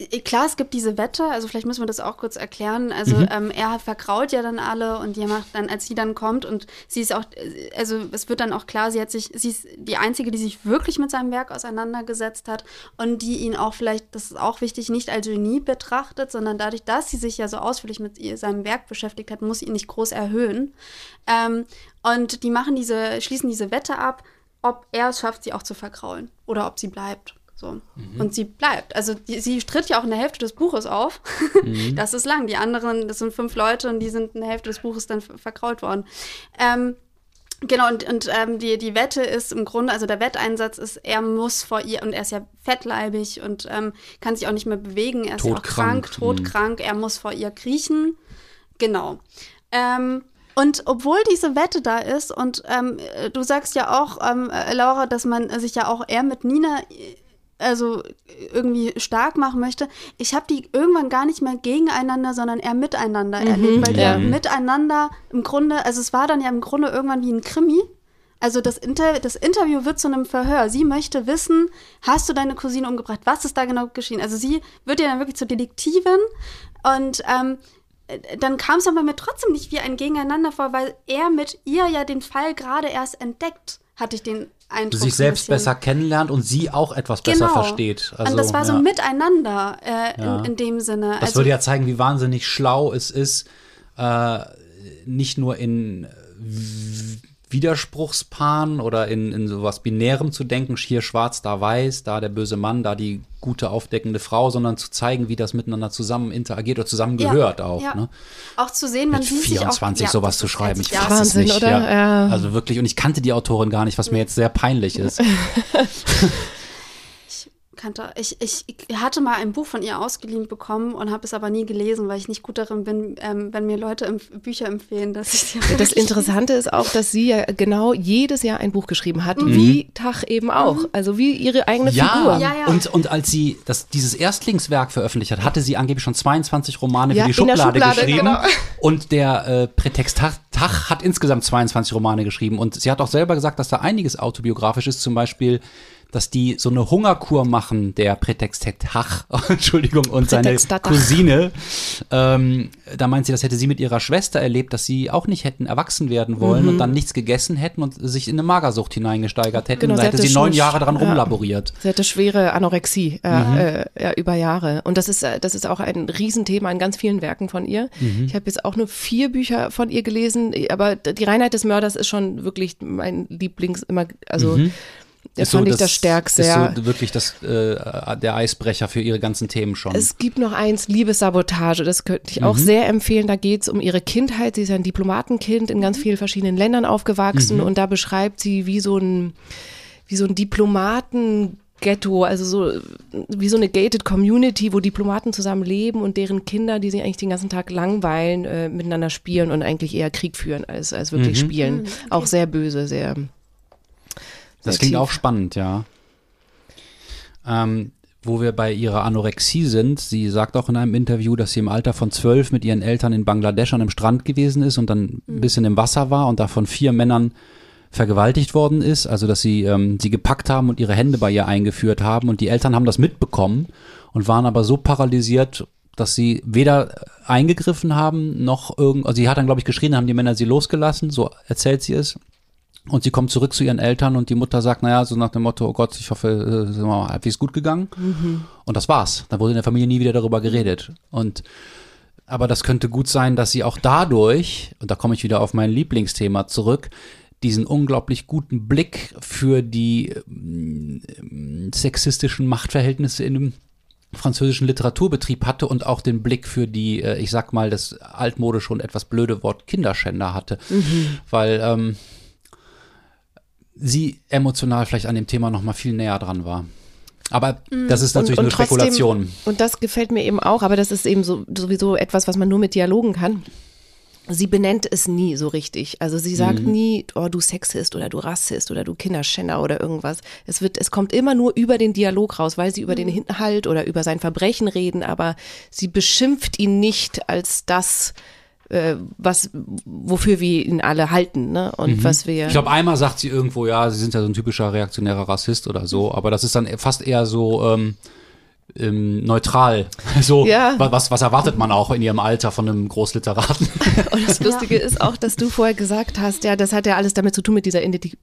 Klar, es gibt diese Wette, also vielleicht müssen wir das auch kurz erklären. Also mhm. ähm, er verkraut ja dann alle und die macht dann, als sie dann kommt und sie ist auch, also es wird dann auch klar, sie hat sich, sie ist die Einzige, die sich wirklich mit seinem Werk auseinandergesetzt hat und die ihn auch vielleicht, das ist auch wichtig, nicht als Genie betrachtet, sondern dadurch, dass sie sich ja so ausführlich mit ihr, seinem Werk beschäftigt hat, muss sie ihn nicht groß erhöhen. Ähm, und die machen diese, schließen diese Wette ab, ob er es schafft, sie auch zu verkraulen oder ob sie bleibt. So. Mhm. Und sie bleibt. Also die, sie tritt ja auch in der Hälfte des Buches auf. Mhm. Das ist lang. Die anderen, das sind fünf Leute und die sind in der Hälfte des Buches dann verkrault worden. Ähm, genau, und, und ähm, die, die Wette ist im Grunde, also der Wetteinsatz ist, er muss vor ihr, und er ist ja fettleibig und ähm, kann sich auch nicht mehr bewegen. Er ist ja auch krank, todkrank. Mhm. Er muss vor ihr kriechen. Genau. Ähm, Und obwohl diese Wette da ist und ähm, du sagst ja auch, ähm, Laura, dass man sich ja auch eher mit Nina also irgendwie stark machen möchte. Ich habe die irgendwann gar nicht mehr gegeneinander, sondern eher miteinander mhm. erlebt, weil ja. die miteinander im Grunde, also es war dann ja im Grunde irgendwann wie ein Krimi. Also das, Inter- das Interview wird zu einem Verhör. Sie möchte wissen, hast du deine Cousine umgebracht? Was ist da genau geschehen? Also sie wird ja dann wirklich zur Detektivin und ähm, dann kam es aber mir trotzdem nicht wie ein Gegeneinander vor, weil er mit ihr ja den Fall gerade erst entdeckt, hatte ich den Eindruck. Sich selbst besser kennenlernt und sie auch etwas besser genau. versteht. Also, und das war so ja. ein Miteinander äh, ja. in, in dem Sinne. Das also, würde ja zeigen, wie wahnsinnig schlau es ist, äh, nicht nur in Widerspruchspaaren oder in, in sowas Binärem zu denken, hier schwarz, da weiß, da der böse Mann, da die gute, aufdeckende Frau, sondern zu zeigen, wie das miteinander zusammen interagiert oder zusammengehört ja, auch. Ja. Ne? Auch zu sehen, man Mit sieht vierundzwanzig sich auch, sowas ja, zu schreiben, ich ja, fasse es nicht. oder? Ja. Ja. Also wirklich, und ich kannte die Autorin gar nicht, was mir jetzt sehr peinlich ist. Kannte. Ich, ich, ich hatte mal ein Buch von ihr ausgeliehen bekommen und habe es aber nie gelesen, weil ich nicht gut darin bin, ähm, wenn mir Leute empf- Bücher empfehlen, dass ich sie auch Das Interessante ist auch, dass sie ja genau jedes Jahr ein Buch geschrieben hat, mhm. wie Tach eben auch. Mhm. Also wie ihre eigene ja, Figur. Ja, ja. Und, und als sie das, dieses Erstlingswerk veröffentlicht hat, hatte sie angeblich schon zweiundzwanzig Romane ja, für die Schublade, Schublade geschrieben. Genau. Und der äh, Prätext Tach, Tach hat insgesamt zweiundzwanzig Romane geschrieben. Und sie hat auch selber gesagt, dass da einiges autobiografisch ist, zum Beispiel dass die so eine Hungerkur machen, der Prätext Tach, Entschuldigung, und seine Cousine. Ähm, da meint sie, das hätte sie mit ihrer Schwester erlebt, dass sie auch nicht hätten erwachsen werden wollen mhm. und dann nichts gegessen hätten und sich in eine Magersucht hineingesteigert hätten. Genau, da hätte sie neun Jahre dran ja, rumlaboriert. Sie hatte schwere Anorexie äh, mhm. äh, über Jahre. Und das ist, das ist auch ein Riesenthema in ganz vielen Werken von ihr. Mhm. Ich habe jetzt auch nur vier Bücher von ihr gelesen, aber die Reinheit des Mörders ist schon wirklich mein Lieblings, immer, also mhm. Der ist fand so ich das Stärkste. Ist so wirklich das, äh, der Eisbrecher für ihre ganzen Themen schon. Es gibt noch eins, Liebessabotage, das könnte ich auch mhm. sehr empfehlen. Da geht es um ihre Kindheit. Sie ist ein Diplomatenkind in ganz vielen verschiedenen Ländern aufgewachsen mhm. und da beschreibt sie, wie so ein, wie so ein Diplomaten- Ghetto, also so wie so eine gated Community, wo Diplomaten zusammen leben und deren Kinder, die sich eigentlich den ganzen Tag langweilen, äh, miteinander spielen und eigentlich eher Krieg führen als, als wirklich mhm. spielen. Mhm, okay. Auch sehr böse, sehr Das klingt auch spannend, ja. Ähm, wo wir bei ihrer Anorexie sind, sie sagt auch in einem Interview, dass sie im Alter von zwölf mit ihren Eltern in Bangladesch an einem Strand gewesen ist und dann ein bisschen im Wasser war und da von vier Männern vergewaltigt worden ist, also dass sie ähm, sie gepackt haben und ihre Hände bei ihr eingeführt haben und die Eltern haben das mitbekommen und waren aber so paralysiert, dass sie weder eingegriffen haben, noch irgend, also sie hat dann glaube ich geschrien, haben die Männer sie losgelassen, so erzählt sie es. Und sie kommt zurück zu ihren Eltern und die Mutter sagt, naja, so nach dem Motto, oh Gott, ich hoffe, es ist mal halbwegs gut gegangen. Mhm. Und das war's. Da wurde in der Familie nie wieder darüber geredet. Und aber das könnte gut sein, dass sie auch dadurch, und da komme ich wieder auf mein Lieblingsthema zurück, diesen unglaublich guten Blick für die äh, sexistischen Machtverhältnisse in dem französischen Literaturbetrieb hatte und auch den Blick für die, äh, ich sag mal, das altmodische und etwas blöde Wort Kinderschänder hatte. Mhm. Weil ähm, sie emotional vielleicht an dem Thema noch mal viel näher dran war. Aber das ist natürlich und, und nur trotzdem, Spekulation. Und das gefällt mir eben auch, aber das ist eben so, sowieso etwas, was man nur mit Dialogen kann. Sie benennt es nie so richtig. Also sie sagt mhm. nie, oh, du Sexist oder du Rassist oder du Kinderschänder oder irgendwas. Es wird, es kommt immer nur über den Dialog raus, weil sie über den Inhalt oder über sein Verbrechen reden, aber sie beschimpft ihn nicht als das, äh, was, wofür wir ihn alle halten, ne? Und mhm. was wir. Ich glaube, einmal sagt sie irgendwo, ja, sie sind ja so ein typischer reaktionärer Rassist oder so, aber das ist dann fast eher so, ähm, ähm, neutral. So, Ja. was, was erwartet man auch in ihrem Alter von einem Großliteraten? Und das Lustige ja. ist auch, dass du vorher gesagt hast, ja, das hat ja alles damit zu tun mit dieser Identi-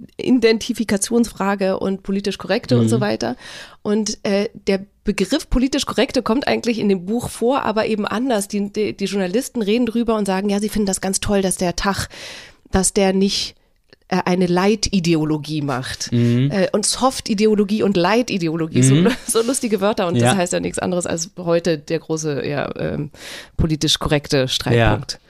Identifikationsfrage und politisch Korrekte mhm. und so weiter. Und äh, der Begriff politisch Korrekte kommt eigentlich in dem Buch vor, aber eben anders. Die, die, die Journalisten reden drüber und sagen, ja, sie finden das ganz toll, dass der Tag, dass der nicht eine Leitideologie macht. Mhm. Äh, und Soft-Ideologie und Leitideologie, mhm. so, so lustige Wörter. Und ja. das heißt ja nichts anderes als heute der große, ja, ähm, politisch korrekte Streitpunkt. Ja.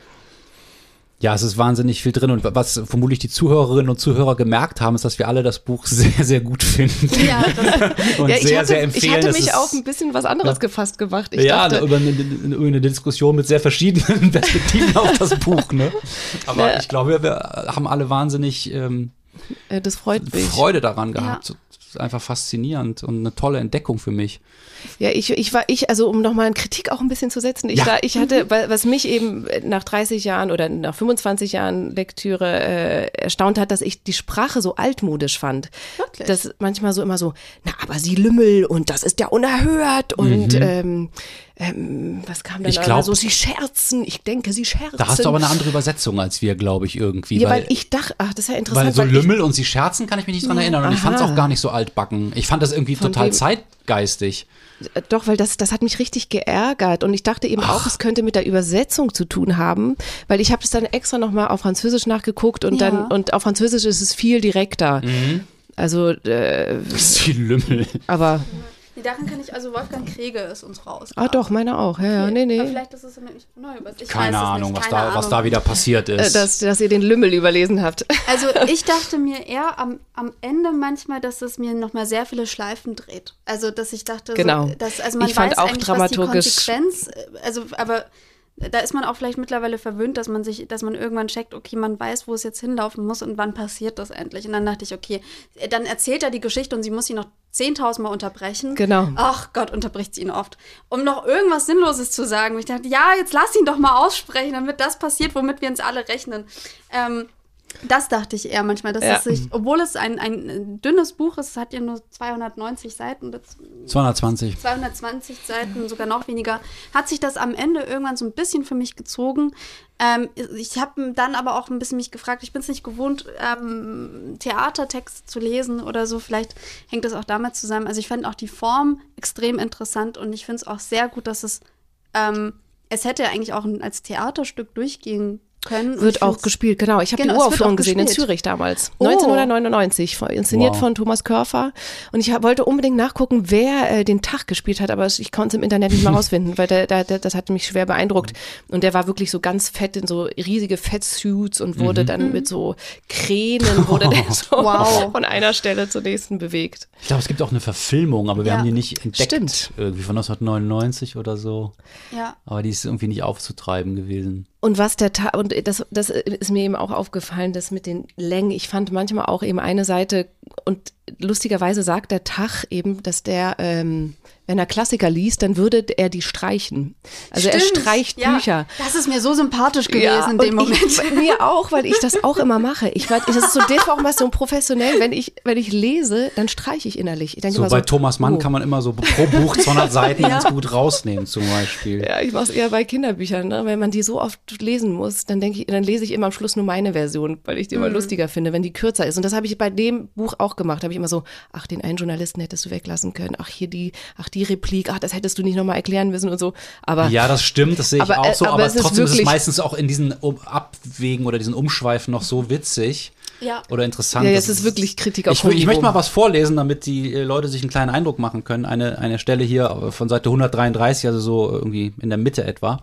Ja, es ist wahnsinnig viel drin und was vermutlich die Zuhörerinnen und Zuhörer gemerkt haben, ist, dass wir alle das Buch sehr, sehr gut finden. Ja, das und ja, ich sehr, hatte, sehr empfehlen. Ich hatte mich ist, auf ein bisschen was anderes ja. gefasst gemacht. Ich ja, dachte, über eine, über eine Diskussion mit sehr verschiedenen Perspektiven auf das Buch. Ne? Aber ja. ich glaube, wir haben alle wahnsinnig ähm, das freut mich. Freude daran gehabt. Ja. Das ist einfach faszinierend und eine tolle Entdeckung für mich. Ja, ich, ich war, ich, also um nochmal eine Kritik auch ein bisschen zu setzen, ich, Ja. da, ich hatte, was mich eben nach dreißig Jahren oder nach fünfundzwanzig Jahren Lektüre äh, erstaunt hat, dass ich die Sprache so altmodisch fand. Wirklich? Das manchmal so immer so, na, aber sie Lümmel und das ist ja unerhört und Mhm. ähm, ähm, was kam dann Ich da glaub- so, sie scherzen, ich denke, sie scherzen. Da hast du aber eine andere Übersetzung als wir, glaube ich, irgendwie. Ja, weil, weil ich dachte, ach, das ist ja interessant. Weil so weil Lümmel und sie scherzen, kann ich mich nicht dran erinnern. Und ich fand es Aha. auch gar nicht so altbacken. Ich fand das irgendwie Von total wem? zeitgeistig. Ich, doch, weil das, das hat mich richtig geärgert und ich dachte eben auch, es könnte mit der Übersetzung zu tun haben, weil ich habe das dann extra nochmal auf Französisch nachgeguckt und Ja. dann, und auf Französisch ist es viel direkter. Mhm. Also, äh, Das ist die Lümmel. aber, Nee, daran kann ich, also Wolfgang Kriege ist uns raus. ah doch, meine auch, ja, ja, nee, nee. Aber vielleicht ist es nämlich neu übersetzt. Ich Keine weiß es Ahnung, nicht. was, Keine da, was Ahnung. da wieder passiert Äh, ist. dass, dass ihr den Lümmel überlesen habt. Also ich dachte mir eher am, am Ende manchmal, dass es mir nochmal sehr viele Schleifen dreht. Also dass ich dachte, Genau. so, dass, also man Ich fand weiß auch eigentlich, dramaturgisch- was die Konsequenz, also aber da ist man auch vielleicht mittlerweile verwöhnt, dass man sich, dass man irgendwann checkt, okay, man weiß, wo es jetzt hinlaufen muss und wann passiert das endlich. Und dann dachte ich, okay, dann erzählt er die Geschichte und sie muss ihn noch zehntausendmal unterbrechen. Genau. Ach Gott, unterbricht sie ihn oft. Um noch irgendwas Sinnloses zu sagen. Und ich dachte, ja, jetzt lass ihn doch mal aussprechen, damit das passiert, womit wir uns alle rechnen. Ähm, das dachte ich eher manchmal, dass Ja. es sich, obwohl es ein, ein dünnes Buch ist, es hat ja nur zweihundertneunzig Seiten, das- zweihundertzwanzig. zweihundertzwanzig Seiten, sogar noch weniger, hat sich das am Ende irgendwann so ein bisschen für mich gezogen. Ähm, ich habe dann aber auch ein bisschen mich gefragt, ich bin es nicht gewohnt, ähm, Theatertexte zu lesen oder so, vielleicht hängt das auch damit zusammen. Also ich fand auch die Form extrem interessant und ich finde es auch sehr gut, dass es, ähm, es hätte eigentlich auch als Theaterstück durchgehen können. Und Wird ich auch find's- gespielt, genau. Ich habe Genau, die es wird Uraufführung auch gesehen in gespielt. Zürich damals, Oh. neunzehnhundertneunundneunzig, von- inszeniert Wow. von Thomas Körfer. Und ich hab, wollte unbedingt nachgucken, wer äh, den Tag gespielt hat, aber ich konnte es im Internet nicht mehr rausfinden, weil der, der, der, das hat mich schwer beeindruckt. Und der war wirklich so ganz fett in so riesige Fettsuits und wurde Mhm. dann mit so Kränen, wurde der so Wow. von einer Stelle zur nächsten bewegt. Ich glaube, es gibt auch eine Verfilmung, aber wir Ja. haben die nicht entdeckt. Stimmt. Irgendwie von neunzehnhundertneunundneunzig oder so. Ja. Aber die ist irgendwie nicht aufzutreiben gewesen. Und was der Tag, und das, das ist mir eben auch aufgefallen, das mit den Längen. Ich fand manchmal auch eben eine Seite, und lustigerweise sagt der Tag eben, dass der, ähm, wenn er Klassiker liest, dann würde er die streichen. Also er Stimmt. streicht Ja, Bücher. Das ist mir so sympathisch gewesen Ja, in dem und Moment. Ich, mir auch, weil ich das auch immer mache. Ich war, das ist so deformation professionell. Wenn ich, wenn ich lese, dann streiche ich innerlich. Ich denke So immer bei so, Thomas Mann oh. kann man immer so pro Buch zweihundert Seiten Ja. ganz gut rausnehmen zum Beispiel. Ja, ich mache es eher bei Kinderbüchern, ne? Wenn man die so oft lesen muss, dann denke ich, dann lese ich immer am Schluss nur meine Version, weil ich die immer lustiger finde, wenn die kürzer ist. Und das habe ich bei dem Buch auch gemacht. Habe ich immer so, ach, den einen Journalisten hättest du weglassen können, ach hier die, ach die Replik, ach das hättest du nicht nochmal erklären müssen und so. Aber Ja, das stimmt, das sehe ich Aber, auch äh, so, aber aber, es ist trotzdem ist es wirklich- meistens auch in diesen um Abwägen oder diesen Umschweifen noch so witzig Ja. oder interessant. ja, dass jetzt ist es- wirklich Kritik auf Ich, hohem ich möchte Niveau. mal was vorlesen, damit die äh, Leute sich einen kleinen Eindruck machen können. Eine, eine Stelle hier von Seite hundertdreiunddreißig, also so irgendwie in der Mitte etwa.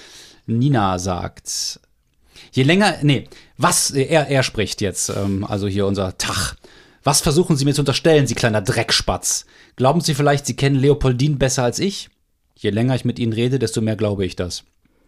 Nina sagt, je länger, nee, was, er, er spricht jetzt, ähm, also hier unser Tag. Was versuchen Sie mir zu unterstellen, Sie kleiner Dreckspatz? Glauben Sie vielleicht, Sie kennen Leopoldine besser als ich? Je länger ich mit Ihnen rede, desto mehr glaube ich das.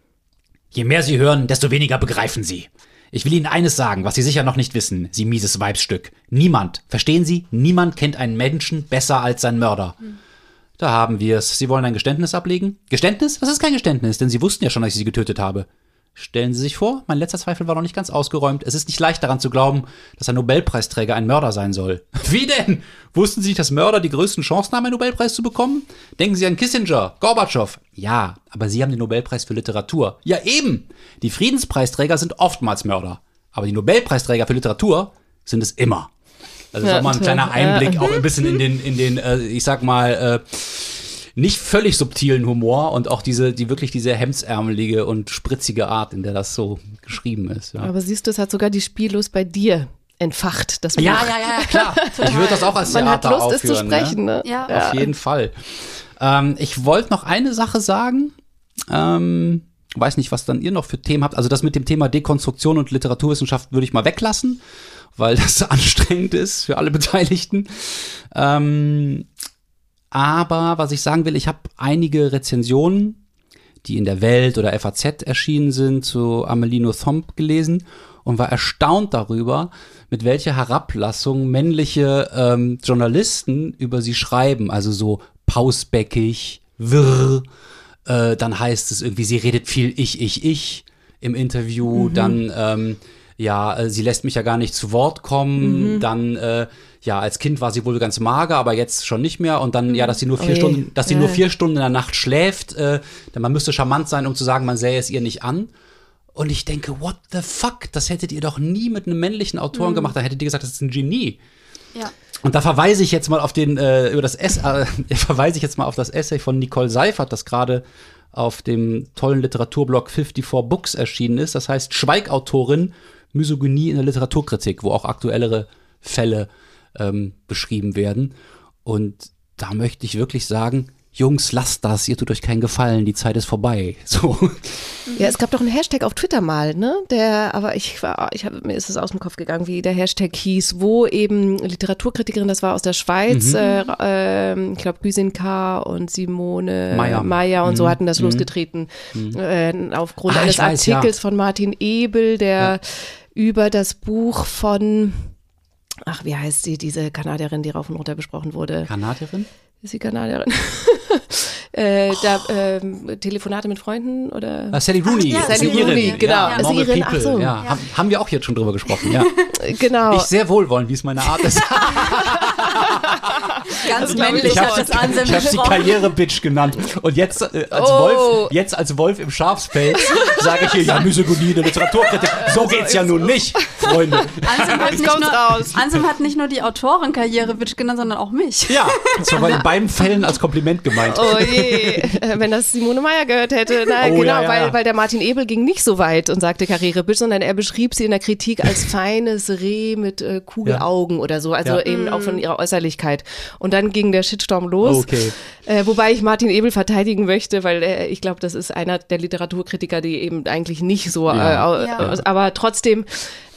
Je mehr Sie hören, desto weniger begreifen Sie. Ich will Ihnen eines sagen, was Sie sicher noch nicht wissen, Sie mieses Weibsstück. Niemand, verstehen Sie, niemand kennt einen Menschen besser als sein Mörder. Hm. Da haben wir es. Sie wollen ein Geständnis ablegen? Geständnis? Was ist kein Geständnis? Denn Sie wussten ja schon, dass ich Sie getötet habe. Stellen Sie sich vor, mein letzter Zweifel war noch nicht ganz ausgeräumt. Es ist nicht leicht daran zu glauben, dass ein Nobelpreisträger ein Mörder sein soll. Wie denn? Wussten Sie nicht, dass Mörder die größten Chancen haben, einen Nobelpreis zu bekommen? Denken Sie an Kissinger, Gorbatschow. Ja, aber Sie haben den Nobelpreis für Literatur. Ja, eben. Die Friedenspreisträger sind oftmals Mörder. Aber die Nobelpreisträger für Literatur sind es immer. Also das ist auch mal ein kleiner Einblick, auch ein bisschen in den, in den, äh, ich sag mal, äh, nicht völlig subtilen Humor und auch diese, die wirklich diese hemdsärmelige und spritzige Art, in der das so geschrieben ist. Ja. Aber siehst du, es hat sogar die Spiellust bei dir entfacht. Das ja, ja, ja, ja, klar. Ich würde das auch als Theater Man hat Lust, aufführen. es zu sprechen, ne? ne? Ja. Ja. Auf jeden Fall. Ähm, ich wollte noch eine Sache sagen. Ähm, weiß nicht, was dann ihr noch für Themen habt. Also das mit dem Thema Dekonstruktion und Literaturwissenschaft würde ich mal weglassen, weil das anstrengend ist für alle Beteiligten. Ähm, Aber was ich sagen will, ich habe einige Rezensionen, die in der Welt oder F A Z erschienen sind, zu Amélie Nothomb gelesen und war erstaunt darüber, mit welcher Herablassung männliche ähm, Journalisten über sie schreiben. Also so pausbäckig, wirr, äh, dann heißt es irgendwie, sie redet viel ich, ich, ich im Interview, mhm. dann ähm, ja, äh, sie lässt mich ja gar nicht zu Wort kommen, mhm. dann äh, ja, als Kind war sie wohl ganz mager, aber jetzt schon nicht mehr. Und dann, ja, dass sie nur vier okay. Stunden, dass sie ja. nur vier Stunden in der Nacht schläft. Äh, denn man müsste charmant sein, um zu sagen, man sähe es ihr nicht an. Und ich denke, what the fuck? Das hättet ihr doch nie mit einem männlichen Autoren mhm. gemacht. Da hättet ihr gesagt, das ist ein Genie. Ja. Und da verweise ich jetzt mal auf den, äh, über das Ess, äh, verweise ich jetzt mal auf das Essay von Nicole Seifert, das gerade auf dem tollen Literaturblog vierundfünfzig Books erschienen ist. Das heißt Schweigautorin, Misogynie in der Literaturkritik, wo auch aktuellere Fälle ähm, beschrieben werden. Und da möchte ich wirklich sagen, Jungs, lasst das, ihr tut euch keinen Gefallen, die Zeit ist vorbei. So. Ja, es gab doch einen Hashtag auf Twitter mal, ne? Der, aber ich war, ich habe mir ist es aus dem Kopf gegangen, wie der Hashtag hieß, wo eben Literaturkritikerin, das war aus der Schweiz, mhm. äh, äh, ich glaube Güsin K. und Simone Meyer, Meyer und mhm. so hatten das mhm. losgetreten, mhm. äh, aufgrund ah, eines weiß, Artikels ja. von Martin Ebel, der ja. über das Buch von, ach, wie heißt sie, diese Kanadierin, die rauf und runter besprochen wurde. Kanadierin? Ist sie Kanadierin? äh, oh. da, ähm, Telefonate mit Freunden oder? Ah, Sally Rooney. Ach, ja, Sally Rooney, Irin. genau. Ja, Ist Normal Irin, People. ach so. Ja. Ja. Haben, haben wir auch jetzt schon drüber gesprochen, ja. Genau. Ich sehr wohlwollend, wie es meine Art ist. Ganz männlich ich hat hab, das Anselm Ich habe sie gesprochen. Karriere-Bitch genannt. Und jetzt äh, als, Oh. Wolf, jetzt als Wolf im Schafspelz sage ich hier, ja, Misogynie in der Literaturkritik. So geht's ja nun nicht, Freunde. Anselm hat, nicht kommt's nur, raus. Anselm hat nicht nur die Autorin Karrierebitch genannt, sondern auch mich. Ja, das war in beiden Fällen als Kompliment gemeint. Oh je, äh, wenn das Simone Meyer gehört hätte. Na, Oh, genau, ja, ja, weil, ja. weil der Martin Ebel ging nicht so weit und sagte Karrierebitch, sondern er beschrieb sie in der Kritik als feines Reh mit äh, Kugelaugen oder so, also Ja. eben auch von ihrer Äußerlichkeit. Und dann ging der Shitstorm los. Okay. Äh, wobei ich Martin Ebel verteidigen möchte, weil äh, ich glaube, das ist einer der Literaturkritiker, die eben eigentlich nicht so, Ja. äh, Ja. äh, aber trotzdem,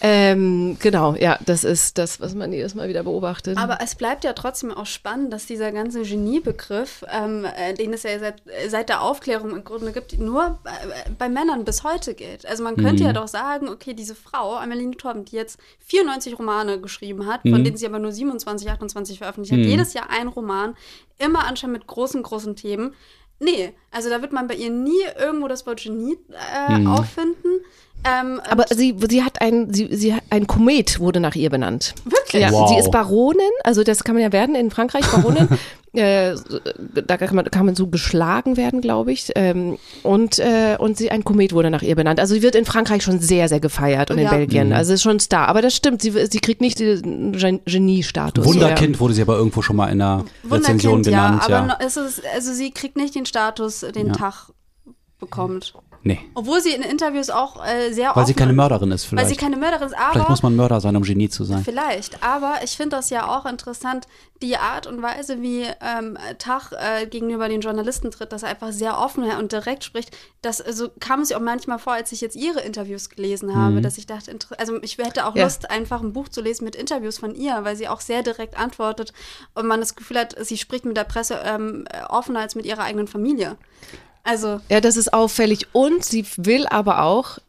ähm, genau, ja, das ist das, was man jedes Mal wieder beobachtet. Aber es bleibt ja trotzdem auch spannend, dass dieser ganze Geniebegriff, ähm, äh, den es ja seit, seit der Aufklärung im Grunde gibt, nur bei, bei Männern bis heute gilt. Also man könnte Mhm. ja doch sagen, okay, diese Frau, Amélie Nothomb, die jetzt vierundneunzig Romane geschrieben hat, von Mhm. denen sie aber nur siebenundzwanzig, achtundzwanzig veröffentlicht Mhm. hat, jedes Jahr ein Roman, immer anscheinend mit großen, großen Themen. Nee, also da wird man bei ihr nie irgendwo das Wort Genie äh, Mhm. auffinden. Ähm, Aber sie, sie hat ein, sie, sie hat ein Komet wurde nach ihr benannt. Wirklich? Ja, Wow. sie ist Baronin, also das kann man ja werden in Frankreich, Baronin. äh, da kann man, kann man so geschlagen werden, glaube ich. Ähm, und, äh, und sie, ein Komet wurde nach ihr benannt. Also sie wird in Frankreich schon sehr, sehr gefeiert und Ja. in Belgien. Mhm. Also ist schon ein Star. Aber das stimmt, sie, sie kriegt nicht den Gen- Genie-Status. Wunderkind wurde sie aber irgendwo schon mal in einer Rezension Wunderkind, genannt. ja, Ja, aber no, es ist, also sie kriegt nicht den Status, den Ja. Tag bekommt. Nee, Obwohl sie in Interviews auch äh, sehr weil sie offen- keine Mörderin ist Weil sie vielleicht. keine Mörderin ist, aber Vielleicht muss man Mörder sein, um Genie zu sein. vielleicht. Aber ich finde das ja auch interessant, die Art und Weise, wie ähm, Tach äh, gegenüber den Journalisten tritt, dass er einfach sehr offen und direkt spricht. Das, so kam es mir auch manchmal vor, als ich jetzt ihre Interviews gelesen habe, Mhm. dass ich dachte, inter- also ich hätte auch Ja. Lust, einfach ein Buch zu lesen mit Interviews von ihr, weil sie auch sehr direkt antwortet und man das Gefühl hat, sie spricht mit der Presse ähm, offener als mit ihrer eigenen Familie. Also Ja, das ist auffällig. Und sie will aber auch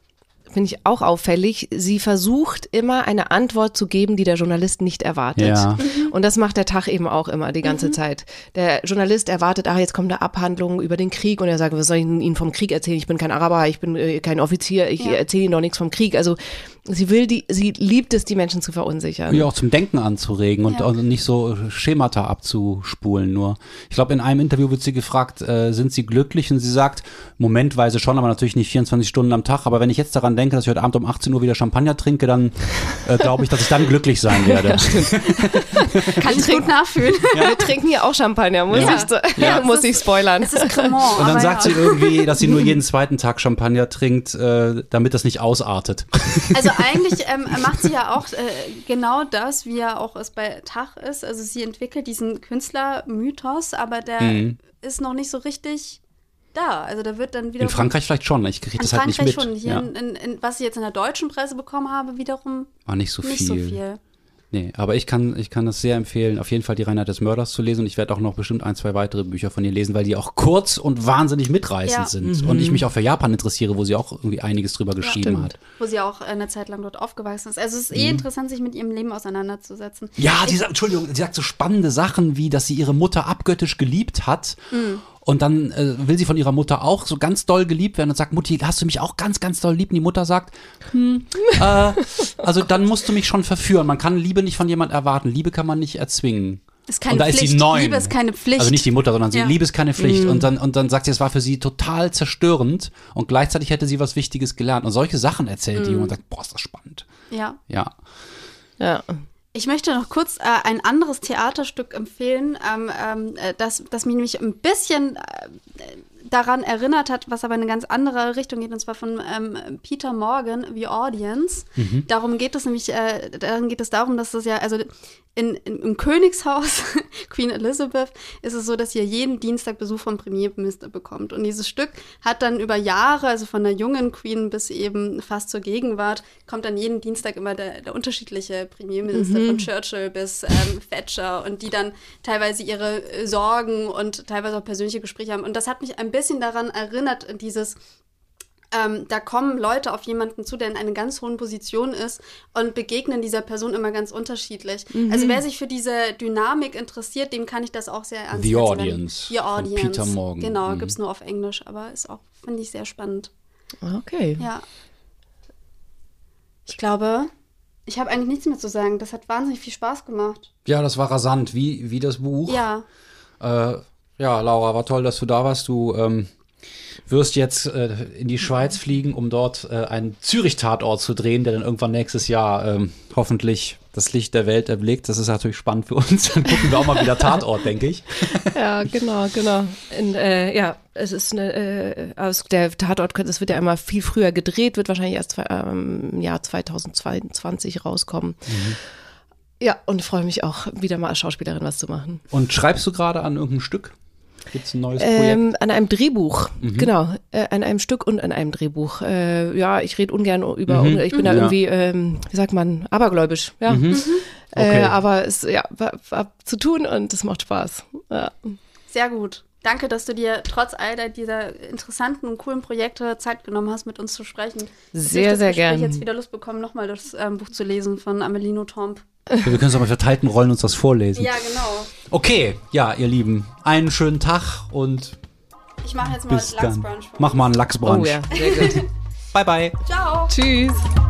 finde ich auch auffällig, sie versucht immer eine Antwort zu geben, die der Journalist nicht erwartet. Ja. Mhm. Und das macht der Tag eben auch immer die ganze mhm. Zeit. Der Journalist erwartet, ach, jetzt kommt eine Abhandlung über den Krieg und er sagt, was soll ich Ihnen vom Krieg erzählen? Ich bin kein Araber, ich bin äh, kein Offizier, ich ja. erzähle Ihnen doch nichts vom Krieg. Also sie will die, sie liebt es, die Menschen zu verunsichern. Ja, auch zum Denken anzuregen und ja. nicht so Schemata abzuspulen nur. Ich glaube, in einem Interview wird sie gefragt, äh, sind Sie glücklich? Und sie sagt, momentweise schon, aber natürlich nicht vierundzwanzig Stunden am Tag. Aber wenn ich jetzt daran denke, dass ich heute Abend um achtzehn Uhr wieder Champagner trinke, dann äh, glaube ich, dass ich dann glücklich sein werde. Ja, kann ich gut nachfühlen. Ja. Wir trinken ja auch Champagner, muss ja. ich, ja. muss ich spoilern. Es ist Cremant. Und dann sagt ja. sie irgendwie, dass sie nur jeden zweiten Tag Champagner trinkt, äh, damit das nicht ausartet. Also eigentlich ähm, macht sie ja auch äh, genau das, wie ja auch es bei Tach ist. Also sie entwickelt diesen Künstlermythos, aber der mhm. ist noch nicht so richtig da. Also da wird dann wieder. In Frankreich vielleicht schon, ich kriege das halt nicht mit. Schon. Hier ja. in, in, in, was ich jetzt in der deutschen Presse bekommen habe, wiederum war nicht so nicht viel. So viel. Nee, aber ich kann, ich kann das sehr empfehlen, auf jeden Fall die Reinheit des Mörders zu lesen und ich werde auch noch bestimmt ein, zwei weitere Bücher von ihr lesen, weil die auch kurz und wahnsinnig mitreißend ja. sind mhm. und ich mich auch für Japan interessiere, wo sie auch irgendwie einiges drüber ja, geschrieben stimmt. hat. Wo sie auch eine Zeit lang dort aufgewachsen ist. Also es ist eh mhm. interessant, sich mit ihrem Leben auseinanderzusetzen. Ja, die sagt, Entschuldigung, sie sagt so spannende Sachen, wie, dass sie ihre Mutter abgöttisch geliebt hat. Mhm. Und dann äh, will sie von ihrer Mutter auch so ganz doll geliebt werden und sagt, Mutti, hast du mich auch ganz, ganz doll lieb? Und die Mutter sagt, hm, äh, also dann musst du mich schon verführen. Man kann Liebe nicht von jemand erwarten. Liebe kann man nicht erzwingen. Ist keine und da Pflicht. ist sie neun. Liebe ist keine Pflicht. Also nicht die Mutter, sondern sie, ja. Liebe ist keine Pflicht. Mhm. Und dann, und dann sagt sie, es war für sie total zerstörend und gleichzeitig hätte sie was Wichtiges gelernt. Und solche Sachen erzählt mhm. die Junge und sagt, boah, ist das spannend. Ja. Ja. Ja. Ich möchte noch kurz äh, ein anderes Theaterstück empfehlen, ähm, ähm, das, das mich nämlich ein bisschen äh, daran erinnert hat, was aber in eine ganz andere Richtung geht, und zwar von ähm, Peter Morgan, The Audience. Mhm. Darum geht es nämlich, äh, darin geht es darum, dass das ja, also in, in, im Königshaus Queen Elizabeth ist es so, dass ihr jeden Dienstag Besuch vom Premierminister bekommt. Und dieses Stück hat dann über Jahre, also von der jungen Queen bis eben fast zur Gegenwart, kommt dann jeden Dienstag immer der, der unterschiedliche Premierminister, mhm. von Churchill bis ähm, Thatcher, und die dann teilweise ihre Sorgen und teilweise auch persönliche Gespräche haben. Und das hat mich ein bisschen daran erinnert, dieses Ähm, da kommen Leute auf jemanden zu, der in einer ganz hohen Position ist, und begegnen dieser Person immer ganz unterschiedlich. Mhm. Also wer sich für diese Dynamik interessiert, dem kann ich das auch sehr ernst The nehmen. Audience. The Audience. Von Peter Morgan. Genau, mhm. gibt's nur auf Englisch, aber ist auch, finde ich, sehr spannend. Okay. Ja. Ich glaube, ich habe eigentlich nichts mehr zu sagen. Das hat wahnsinnig viel Spaß gemacht. Ja, das war rasant, wie, wie das Buch. Ja. Äh, ja, Laura, war toll, dass du da warst. Du ähm, wirst jetzt äh, in die Schweiz fliegen, um dort äh, einen Zürich-Tatort zu drehen, der dann irgendwann nächstes Jahr ähm, hoffentlich das Licht der Welt erblickt. Das ist natürlich spannend für uns. Dann gucken wir auch mal wieder Tatort, denke ich. Ja, genau, genau. In, äh, ja, es ist eine, äh, aus der Tatort, es wird ja immer viel früher gedreht, wird wahrscheinlich erst zwei, ähm, im Jahr zweitausendzweiundzwanzig rauskommen. Mhm. Ja, und freue mich auch, wieder mal als Schauspielerin was zu machen. Und schreibst du gerade an irgendeinem Stück? Gibt es ein neues Projekt? Ähm, an einem Drehbuch, mhm. genau. Äh, an einem Stück und an einem Drehbuch. Äh, ja, ich rede ungern über, mhm. ich bin mhm. da irgendwie, ähm, wie sagt man, abergläubisch. Ja. Mhm. Mhm. Okay. Äh, aber es ja, war, war zu tun und es macht Spaß. Ja. Sehr gut. Danke, dass du dir trotz all dieser interessanten und coolen Projekte Zeit genommen hast, mit uns zu sprechen. Sehr, sehr gerne. Ich habe jetzt wieder Lust bekommen, nochmal das ähm, Buch zu lesen von Amélie Nothomb. Wir können es aber mit verteilten Rollen uns das vorlesen. Ja, genau. Okay, ja, ihr Lieben, einen schönen Tag und ich mache jetzt mal bis Lachsbrunch. Mach mal einen Lachsbrunch. Oh ja, sehr gut. Bye, bye. Ciao. Tschüss.